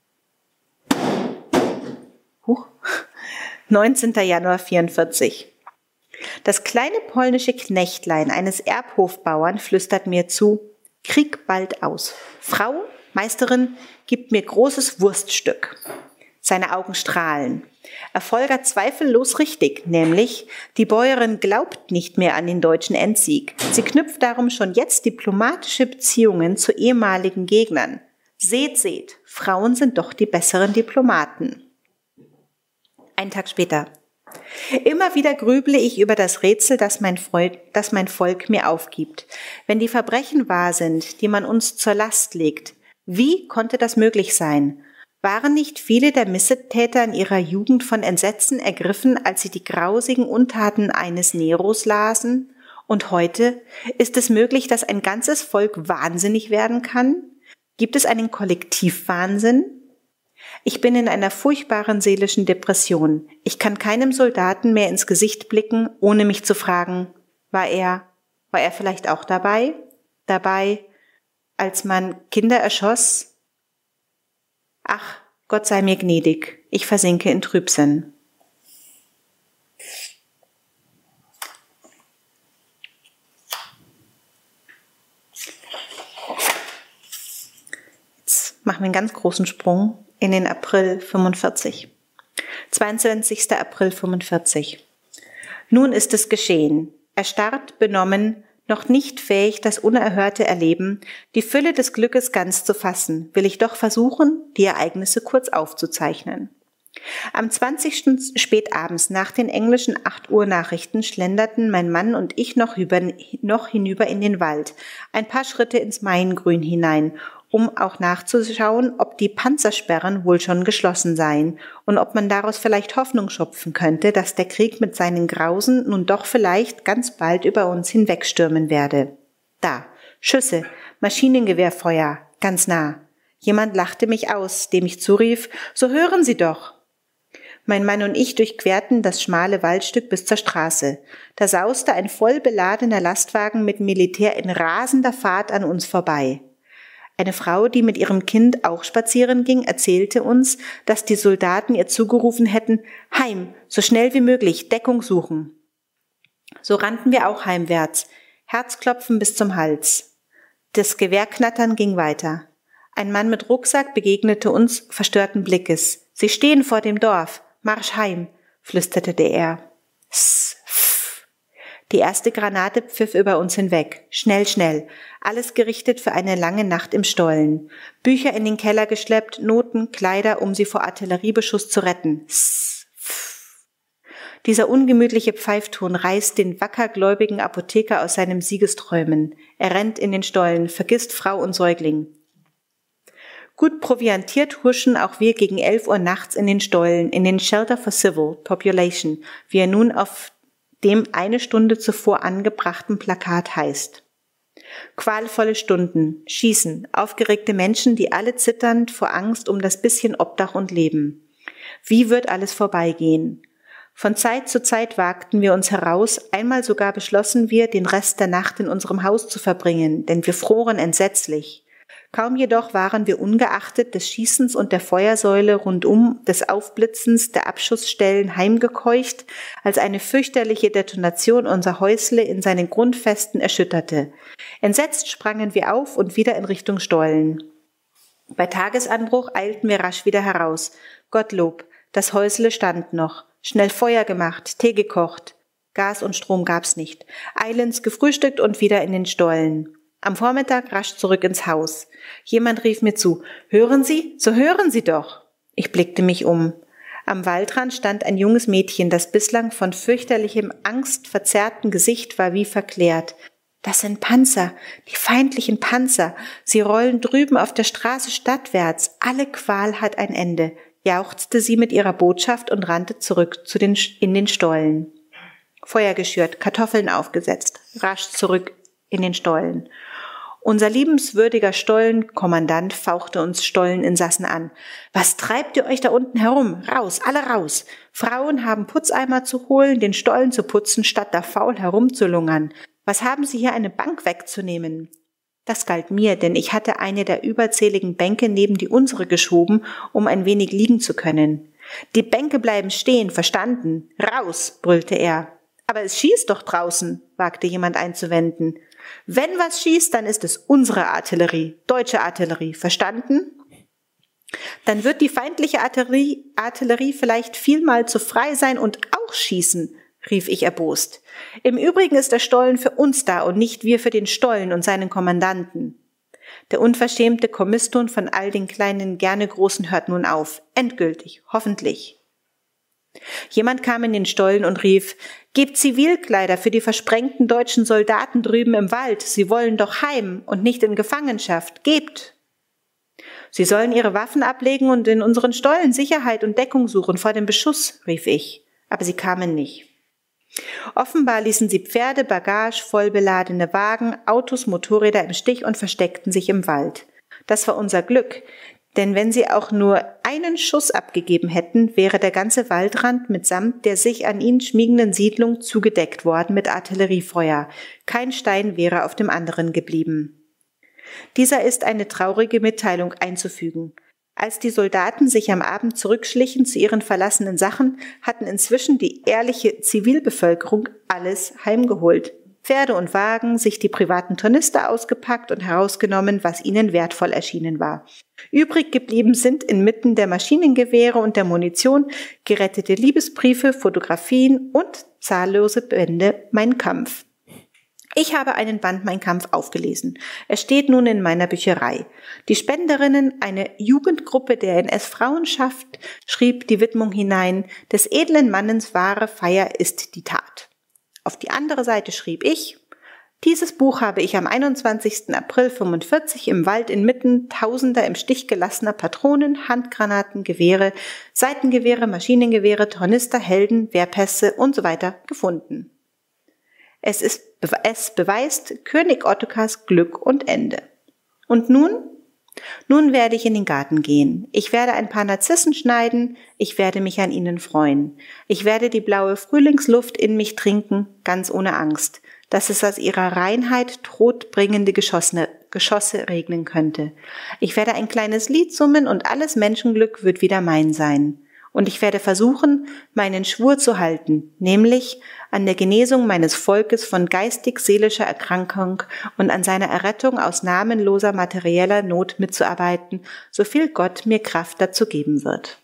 Huch. neunzehnter Januar vierundvierzig. Das kleine polnische Knechtlein eines Erbhofbauern flüstert mir zu: Krieg bald aus. Frau, Meisterin, gibt mir großes Wurststück. Seine Augen strahlen. Er folgert zweifellos richtig, nämlich, die Bäuerin glaubt nicht mehr an den deutschen Endsieg. Sie knüpft darum schon jetzt diplomatische Beziehungen zu ehemaligen Gegnern. Seht, seht, Frauen sind doch die besseren Diplomaten. Ein Tag später. Immer wieder grüble ich über das Rätsel, das mein, Freund, das mein Volk mir aufgibt. Wenn die Verbrechen wahr sind, die man uns zur Last legt, wie konnte das möglich sein? Waren nicht viele der Missetäter in ihrer Jugend von Entsetzen ergriffen, als sie die grausigen Untaten eines Neros lasen? Und heute ist es möglich, dass ein ganzes Volk wahnsinnig werden kann? Gibt es einen Kollektivwahnsinn? Ich bin in einer furchtbaren seelischen Depression. Ich kann keinem Soldaten mehr ins Gesicht blicken, ohne mich zu fragen, war er, war er vielleicht auch dabei? Dabei, als man Kinder erschoss? Ach, Gott sei mir gnädig, ich versinke in Trübsinn. Jetzt machen wir einen ganz großen Sprung in den April fünfundvierzig. zweiundzwanzigster April fünfundvierzig. Nun ist es geschehen. Erstarrt, benommen, noch nicht fähig, das Unerhörte erleben, die Fülle des Glückes ganz zu fassen, will ich doch versuchen, die Ereignisse kurz aufzuzeichnen. Am zwanzigsten spätabends nach den englischen acht Uhr Nachrichten schlenderten mein Mann und ich noch, über, noch hinüber in den Wald, ein paar Schritte ins Maingrün hinein, um auch nachzuschauen, ob die Panzersperren wohl schon geschlossen seien und ob man daraus vielleicht Hoffnung schöpfen könnte, dass der Krieg mit seinen Grausen nun doch vielleicht ganz bald über uns hinwegstürmen werde. Da, Schüsse, Maschinengewehrfeuer, ganz nah. Jemand lachte mich aus, dem ich zurief, so hören Sie doch. Mein Mann und ich durchquerten das schmale Waldstück bis zur Straße. Da sauste ein voll beladener Lastwagen mit Militär in rasender Fahrt an uns vorbei. Eine Frau, die mit ihrem Kind auch spazieren ging, erzählte uns, dass die Soldaten ihr zugerufen hätten, heim, so schnell wie möglich, Deckung suchen. So rannten wir auch heimwärts, Herzklopfen bis zum Hals. Das Gewehrknattern ging weiter. Ein Mann mit Rucksack begegnete uns verstörten Blickes. Sie stehen vor dem Dorf, Marsch heim, flüsterte er. Sss, pff. Die erste Granate pfiff über uns hinweg. Schnell, schnell. Alles gerichtet für eine lange Nacht im Stollen. Bücher in den Keller geschleppt, Noten, Kleider, um sie vor Artilleriebeschuss zu retten. Sss, pff. Dieser ungemütliche Pfeifton reißt den wackergläubigen Apotheker aus seinem Siegesträumen. Er rennt in den Stollen, vergisst Frau und Säugling. Gut proviantiert huschen auch wir gegen elf Uhr nachts in den Stollen, in den Shelter for Civil Population, wie er nun auf dem eine Stunde zuvor angebrachten Plakat heißt. Qualvolle Stunden, Schießen, aufgeregte Menschen, die alle zitternd vor Angst um das bisschen Obdach und Leben. Wie wird alles vorbeigehen? Von Zeit zu Zeit wagten wir uns heraus, einmal sogar beschlossen wir, den Rest der Nacht in unserem Haus zu verbringen, denn wir froren entsetzlich. Kaum jedoch waren wir ungeachtet des Schießens und der Feuersäule rundum, des Aufblitzens der Abschussstellen heimgekeucht, als eine fürchterliche Detonation unser Häusle in seinen Grundfesten erschütterte. Entsetzt sprangen wir auf und wieder in Richtung Stollen. Bei Tagesanbruch eilten wir rasch wieder heraus. Gottlob, das Häusle stand noch. Schnell Feuer gemacht, Tee gekocht. Gas und Strom gab's nicht. Eilends gefrühstückt und wieder in den Stollen. Am Vormittag rasch zurück ins Haus. Jemand rief mir zu, »Hören Sie? So hören Sie doch!« Ich blickte mich um. Am Waldrand stand ein junges Mädchen, das bislang von fürchterlichem, angstverzerrten Gesicht war wie verklärt. »Das sind Panzer, die feindlichen Panzer. Sie rollen drüben auf der Straße stadtwärts. Alle Qual hat ein Ende«, jauchzte sie mit ihrer Botschaft und rannte zurück zu den, in den Stollen. Feuer geschürt, Kartoffeln aufgesetzt, rasch zurück in den Stollen. Unser liebenswürdiger Stollenkommandant fauchte uns Stolleninsassen an. Was treibt ihr euch da unten herum? Raus, alle raus! Frauen haben Putzeimer zu holen, den Stollen zu putzen, statt da faul herumzulungern. Was haben Sie hier, eine Bank wegzunehmen? Das galt mir, denn ich hatte eine der überzähligen Bänke neben die unsere geschoben, um ein wenig liegen zu können. Die Bänke bleiben stehen, verstanden? Raus, brüllte er. Aber es schießt doch draußen, wagte jemand einzuwenden. Wenn was schießt, dann ist es unsere Artillerie, deutsche Artillerie, verstanden? Dann wird die feindliche Artillerie, Artillerie vielleicht vielmal zu frei sein und auch schießen, rief ich erbost. Im Übrigen ist der Stollen für uns da und nicht wir für den Stollen und seinen Kommandanten. Der unverschämte Kommiston von all den kleinen, gerne Großen hört nun auf. Endgültig, hoffentlich. Jemand kam in den Stollen und rief, gebt Zivilkleider für die versprengten deutschen Soldaten drüben im Wald. Sie wollen doch heim und nicht in Gefangenschaft. Gebt! Sie sollen ihre Waffen ablegen und in unseren Stollen Sicherheit und Deckung suchen vor dem Beschuss, rief ich. Aber sie kamen nicht. Offenbar ließen sie Pferde, Bagage, vollbeladene Wagen, Autos, Motorräder im Stich und versteckten sich im Wald. Das war unser Glück, denn wenn sie auch nur einen Schuss abgegeben hätten, wäre der ganze Waldrand mitsamt der sich an ihn schmiegenden Siedlung zugedeckt worden mit Artilleriefeuer. Kein Stein wäre auf dem anderen geblieben. Dieser ist eine traurige Mitteilung einzufügen. Als die Soldaten sich am Abend zurückschlichen zu ihren verlassenen Sachen, hatten inzwischen die ehrliche Zivilbevölkerung alles heimgeholt. Pferde und Wagen, sich die privaten Tornister ausgepackt und herausgenommen, was ihnen wertvoll erschienen war. Übrig geblieben sind inmitten der Maschinengewehre und der Munition gerettete Liebesbriefe, Fotografien und zahllose Bände Mein Kampf. Ich habe einen Band Mein Kampf aufgelesen. Er steht nun in meiner Bücherei. Die Spenderinnen, eine Jugendgruppe der N S-Frauenschaft, schrieb die Widmung hinein, des edlen Mannes wahre Feier ist die Tat. Auf die andere Seite schrieb ich, dieses Buch habe ich am einundzwanzigsten April fünfundvierzig im Wald inmitten tausender im Stich gelassener Patronen, Handgranaten, Gewehre, Seitengewehre, Maschinengewehre, Tornister, Helden, Wehrpässe und so weiter gefunden. Es ist, es beweist König Ottokars Glück und Ende. Und nun? Nun werde ich in den Garten gehen. Ich werde ein paar Narzissen schneiden. Ich werde mich an ihnen freuen. Ich werde die blaue Frühlingsluft in mich trinken, ganz ohne Angst, dass es aus ihrer Reinheit todbringende Geschosse, Geschosse regnen könnte. Ich werde ein kleines Lied summen und alles Menschenglück wird wieder mein sein. Und ich werde versuchen, meinen Schwur zu halten, nämlich an der Genesung meines Volkes von geistig-seelischer Erkrankung und an seiner Errettung aus namenloser materieller Not mitzuarbeiten, so viel Gott mir Kraft dazu geben wird.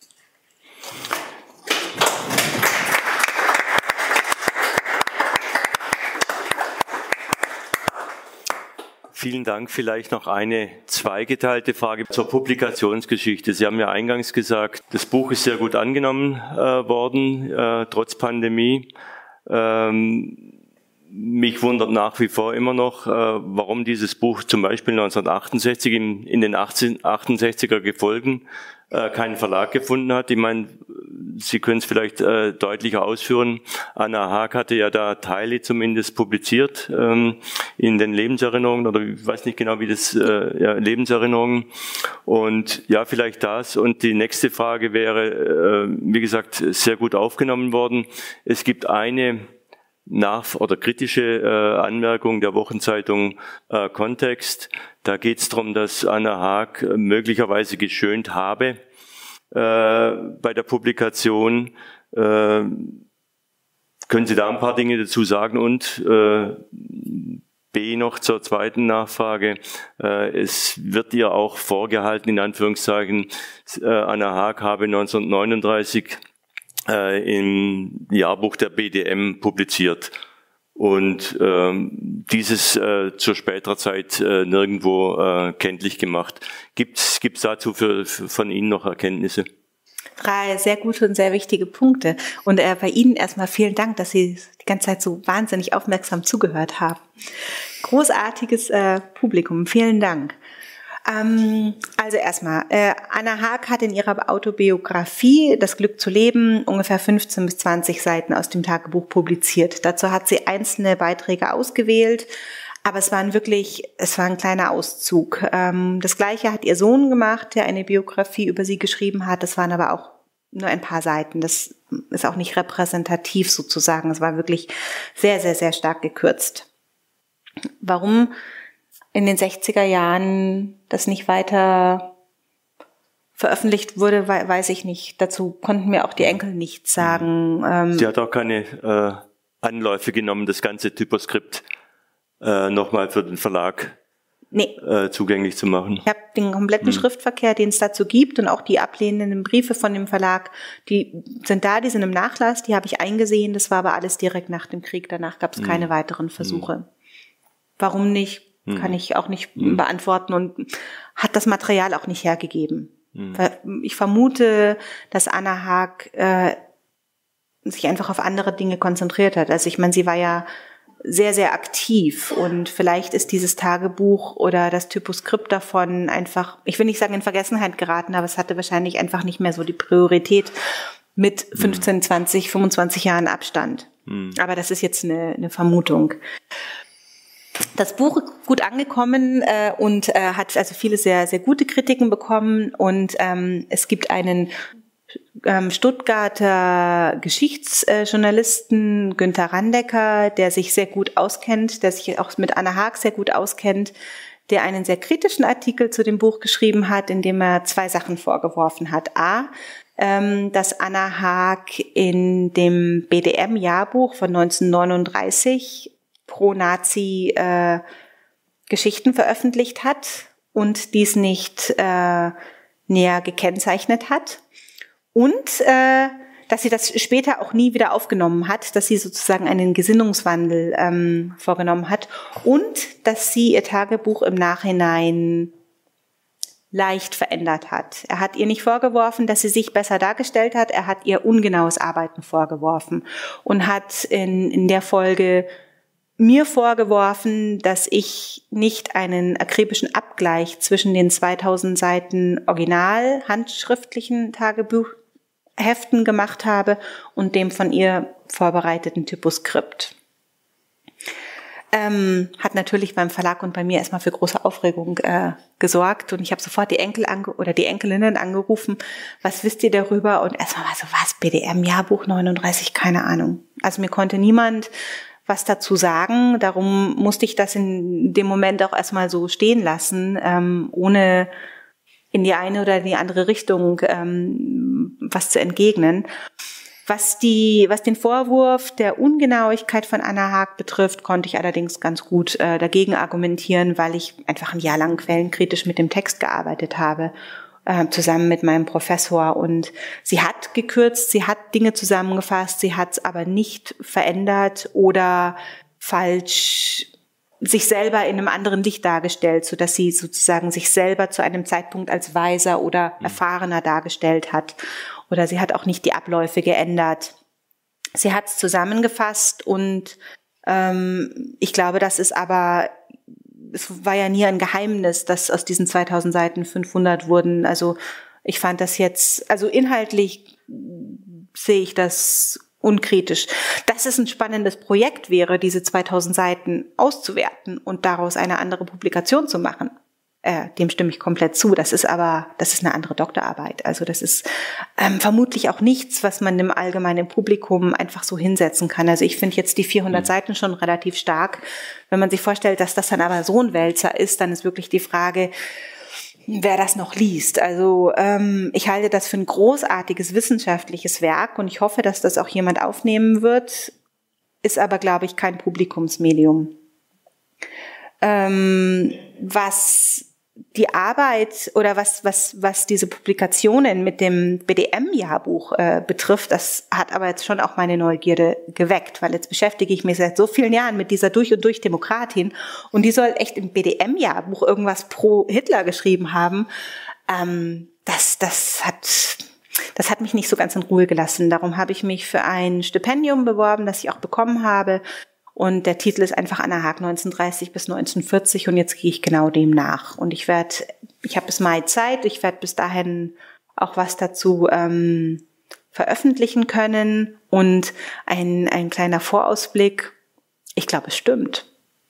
Vielen Dank. Vielleicht noch eine zweigeteilte Frage zur Publikationsgeschichte. Sie haben ja eingangs gesagt, das Buch ist sehr gut angenommen äh, worden, äh, trotz Pandemie. Ähm, mich wundert nach wie vor immer noch, äh, warum dieses Buch zum Beispiel neunzehnhundertachtundsechzig in, in den achtundsechziger Gefolgen äh, keinen Verlag gefunden hat. Ich meine, Sie können es vielleicht äh, deutlicher ausführen. Anna Haag hatte ja da Teile zumindest publiziert ähm, in den Lebenserinnerungen, oder ich weiß nicht genau, wie das, äh, ja, Lebenserinnerungen. Und ja, vielleicht das. Und die nächste Frage wäre, äh, wie gesagt, sehr gut aufgenommen worden. Es gibt eine nach oder kritische äh, Anmerkung der Wochenzeitung äh, Kontext. Da geht es darum, dass Anna Haag möglicherweise geschönt habe äh, bei der Publikation. Äh, können Sie da ein paar Dinge dazu sagen? Und äh, B noch zur zweiten Nachfrage. Äh, es wird ihr auch vorgehalten, in Anführungszeichen, äh, Anna Haag habe neunzehnhundertneununddreißig äh, im Jahrbuch der B D M publiziert und ähm, dieses äh, zur späterer Zeit äh, nirgendwo äh, kenntlich gemacht. Gibt's gibt's dazu für, für von Ihnen noch Erkenntnisse? Drei sehr gute und sehr wichtige Punkte. Und äh, bei Ihnen erstmal vielen Dank, dass Sie die ganze Zeit so wahnsinnig aufmerksam zugehört haben. Großartiges äh, Publikum, vielen Dank. Ähm, also erstmal, äh, Anna Haag hat in ihrer Autobiografie Das Glück zu leben ungefähr fünfzehn bis zwanzig Seiten aus dem Tagebuch publiziert. Dazu hat sie einzelne Beiträge ausgewählt, Aber es waren wirklich, es war ein kleiner Auszug. Ähm, das Gleiche hat ihr Sohn gemacht, der eine Biografie über sie geschrieben hat. Das waren aber auch nur ein paar Seiten. Das ist auch nicht repräsentativ sozusagen. Es war wirklich sehr, sehr, sehr stark gekürzt. Warum in den sechziger Jahren das nicht weiter veröffentlicht wurde, weiß ich nicht. Dazu konnten mir auch die Enkel nichts sagen. Ähm, sie hat auch keine äh, Anläufe genommen, das ganze Typoskript äh, nochmal für den Verlag nee. äh, zugänglich zu machen. Ich habe den kompletten hm. Schriftverkehr, den es dazu gibt, und auch die ablehnenden Briefe von dem Verlag, die sind da, die sind im Nachlass, die habe ich eingesehen. Das war aber alles direkt nach dem Krieg. Danach gab es hm. keine weiteren Versuche. Hm. Warum nicht, hm. kann ich auch nicht hm. beantworten und hat das Material auch nicht hergegeben. Hm. Ich vermute, dass Anna Haag äh, sich einfach auf andere Dinge konzentriert hat. Also ich meine, sie war ja sehr, sehr aktiv, und vielleicht ist dieses Tagebuch oder das Typoskript davon einfach, ich will nicht sagen in Vergessenheit geraten, aber es hatte wahrscheinlich einfach nicht mehr so die Priorität mit fünfzehn, zwanzig, fünfundzwanzig Jahren Abstand. Hm. Aber das ist jetzt eine, eine Vermutung. Das Buch ist gut angekommen äh, und äh, hat also viele sehr, sehr gute Kritiken bekommen, und ähm, es gibt einen ähm, Stuttgarter Geschichtsjournalisten, Günther Randecker, der sich sehr gut auskennt, der sich auch mit Anna Haag sehr gut auskennt, der einen sehr kritischen Artikel zu dem Buch geschrieben hat, in dem er zwei Sachen vorgeworfen hat. A, ähm, dass Anna Haag in dem B D M-Jahrbuch von neunzehnhundertneununddreißig pro-Nazi äh, Geschichten veröffentlicht hat und dies nicht äh, näher gekennzeichnet hat. Und äh, dass sie das später auch nie wieder aufgenommen hat, dass sie sozusagen einen Gesinnungswandel ähm, vorgenommen hat, und dass sie ihr Tagebuch im Nachhinein leicht verändert hat. Er hat ihr nicht vorgeworfen, dass sie sich besser dargestellt hat, er hat ihr ungenaues Arbeiten vorgeworfen und hat in, in der Folge mir vorgeworfen, dass ich nicht einen akribischen Abgleich zwischen den zweitausend Seiten original handschriftlichen Tagebuchheften gemacht habe und dem von ihr vorbereiteten Typoskript. Ähm, hat natürlich beim Verlag und bei mir erstmal für große Aufregung äh, gesorgt, und ich habe sofort die Enkel ange- oder die Enkelinnen angerufen. Was wisst ihr darüber? Und erstmal war so, was, B D M-Jahrbuch neununddreißig, keine Ahnung. Also mir konnte niemand was dazu sagen. Darum musste ich das in dem Moment auch erstmal so stehen lassen, ähm, ohne in die eine oder die andere Richtung ähm, was zu entgegnen. Was die, was den Vorwurf der Ungenauigkeit von Anna Haag betrifft, konnte ich allerdings ganz gut äh, dagegen argumentieren, weil ich einfach ein Jahr lang quellenkritisch mit dem Text gearbeitet habe, äh, zusammen mit meinem Professor. Und sie hat gekürzt, sie hat Dinge zusammengefasst, sie hat es aber nicht verändert oder falsch sich selber in einem anderen Licht dargestellt, so dass sie sozusagen sich selber zu einem Zeitpunkt als weiser oder erfahrener dargestellt hat. Oder sie hat auch nicht die Abläufe geändert. Sie hat es zusammengefasst, und ähm, ich glaube, das ist aber, es war ja nie ein Geheimnis, dass aus diesen zweitausend Seiten fünfhundert wurden. Also ich fand das jetzt, also inhaltlich sehe ich das unkritisch. Dass es ein spannendes Projekt wäre, diese zweitausend Seiten auszuwerten und daraus eine andere Publikation zu machen, äh, dem stimme ich komplett zu. Das ist aber, das ist eine andere Doktorarbeit. Also das ist ähm, vermutlich auch nichts, was man dem allgemeinen Publikum einfach so hinsetzen kann. Also ich finde jetzt die vierhundert mhm. Seiten schon relativ stark. Wenn man sich vorstellt, dass das dann aber so ein Wälzer ist, dann ist wirklich die Frage, wer das noch liest. Also ähm, ich halte das für ein großartiges wissenschaftliches Werk, und ich hoffe, dass das auch jemand aufnehmen wird, ist aber, glaube ich, kein Publikumsmedium. Ähm, was die Arbeit oder was was was diese Publikationen mit dem B D M-Jahrbuch äh, betrifft, das hat aber jetzt schon auch meine Neugierde geweckt, weil jetzt beschäftige ich mich seit so vielen Jahren mit dieser durch und durch Demokratin, und die soll echt im B D M-Jahrbuch irgendwas pro Hitler geschrieben haben. Ähm, das das hat das hat mich nicht so ganz in Ruhe gelassen. Darum habe ich mich für ein Stipendium beworben, das ich auch bekommen habe. Und der Titel ist einfach Anna Haag neunzehnhundertdreißig bis neunzehnhundertvierzig, und jetzt gehe ich genau dem nach. Und ich werde, ich habe bis Mai Zeit, ich werde bis dahin auch was dazu ähm, veröffentlichen können. Und ein, ein kleiner Vorausblick, ich glaube, es stimmt.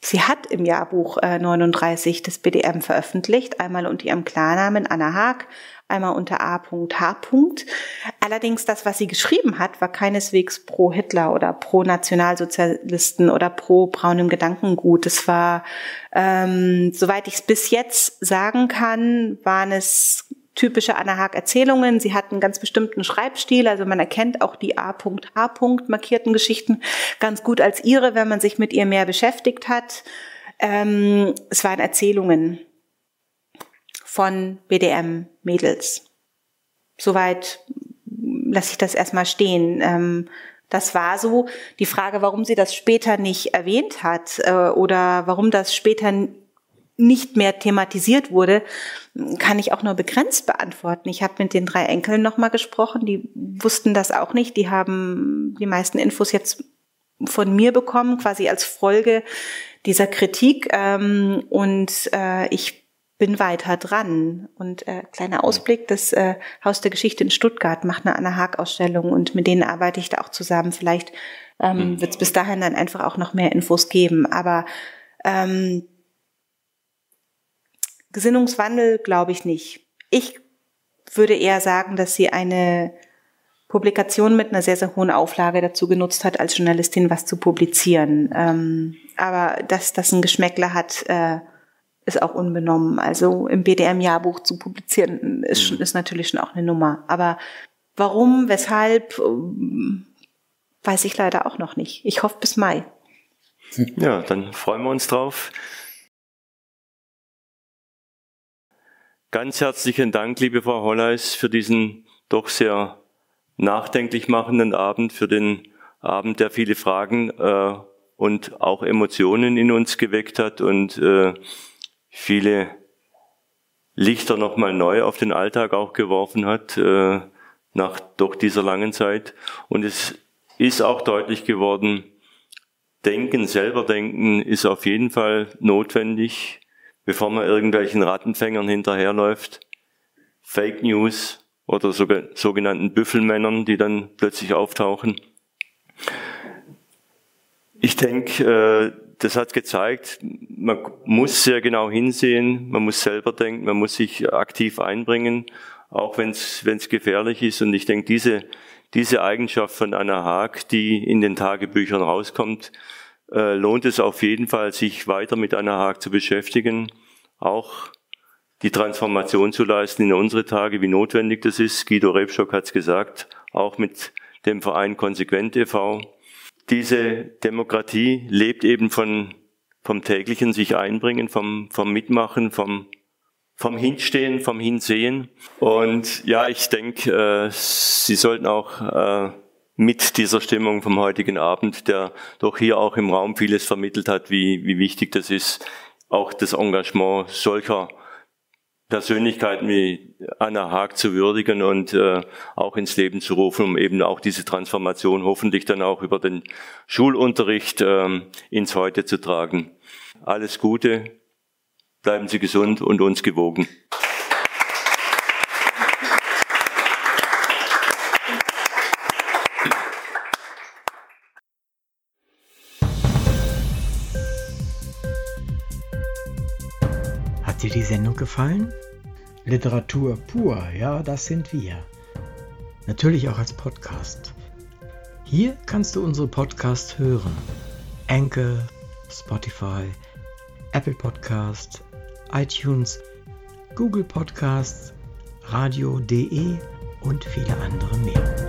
Sie hat im Jahrbuch äh, neununddreißig das B D M veröffentlicht, einmal unter ihrem Klarnamen Anna Haag, einmal unter A H. Allerdings das, was sie geschrieben hat, war keineswegs pro Hitler oder pro Nationalsozialisten oder pro braunem Gedankengut. Es war, ähm, soweit ich es bis jetzt sagen kann, waren es typische Anna Haag Erzählungen. Sie hat einen ganz bestimmten Schreibstil, also man erkennt auch die A H markierten Geschichten ganz gut als ihre, wenn man sich mit ihr mehr beschäftigt hat. Ähm, es waren Erzählungen von B D M-Mädels. Soweit lasse ich das erstmal stehen. Ähm, das war so. Die Frage, warum sie das später nicht erwähnt hat äh, oder warum das später nicht mehr thematisiert wurde, kann ich auch nur begrenzt beantworten. Ich habe mit den drei Enkeln nochmal gesprochen, die wussten das auch nicht. Die haben die meisten Infos jetzt von mir bekommen, quasi als Folge dieser Kritik. Ähm, und äh, ich bin weiter dran. Und äh, kleiner Ausblick, das äh, Haus der Geschichte in Stuttgart macht eine Anna Haag-Ausstellung und mit denen arbeite ich da auch zusammen. Vielleicht ähm, mhm. wird es bis dahin dann einfach auch noch mehr Infos geben. Aber ähm, Gesinnungswandel glaube ich nicht. Ich würde eher sagen, dass sie eine Publikation mit einer sehr, sehr hohen Auflage dazu genutzt hat, als Journalistin was zu publizieren. Ähm, aber dass das ein Geschmäckler hat, äh, ist auch unbenommen. Also im B D M-Jahrbuch zu publizieren, ist, schon, ist natürlich schon auch eine Nummer. Aber warum, weshalb, weiß ich leider auch noch nicht. Ich hoffe bis Mai. Ja, dann freuen wir uns drauf. Ganz herzlichen Dank, liebe Frau Holleis, für diesen doch sehr nachdenklich machenden Abend, für den Abend, der viele Fragen äh, und auch Emotionen in uns geweckt hat und äh, viele Lichter nochmal neu auf den Alltag auch geworfen hat, äh, nach doch dieser langen Zeit. Und es ist auch deutlich geworden, Denken, selber denken ist auf jeden Fall notwendig, bevor man irgendwelchen Rattenfängern hinterherläuft. Fake News oder sogenannten Büffelmännern, die dann plötzlich auftauchen. Ich denke, das hat gezeigt, man muss sehr genau hinsehen, man muss selber denken, man muss sich aktiv einbringen, auch wenn es wenn es gefährlich ist. Und ich denke, diese diese Eigenschaft von Anna Haag, die in den Tagebüchern rauskommt, äh, lohnt es auf jeden Fall, sich weiter mit Anna Haag zu beschäftigen, auch die Transformation zu leisten in unsere Tage, wie notwendig das ist. Guido Rebstock hat es gesagt, auch mit dem Verein Konsequent e V Diese Demokratie lebt eben von, vom täglichen sich einbringen, vom, vom Mitmachen, vom, vom Hinstehen, vom Hinsehen. Und ja, ich denke, äh, Sie sollten auch äh, mit dieser Stimmung vom heutigen Abend, der doch hier auch im Raum vieles vermittelt hat, wie, wie wichtig das ist, auch das Engagement solcher Persönlichkeiten wie Anna Haag zu würdigen und äh, auch ins Leben zu rufen, um eben auch diese Transformation hoffentlich dann auch über den Schulunterricht äh, ins Heute zu tragen. Alles Gute, bleiben Sie gesund und uns gewogen. Hat dir die Sendung gefallen? Literatur pur, ja, das sind wir. Natürlich auch als Podcast. Hier kannst du unsere Podcasts hören. Anchor, Spotify, Apple Podcast, iTunes, Google Podcasts, radio punkt de und viele andere mehr.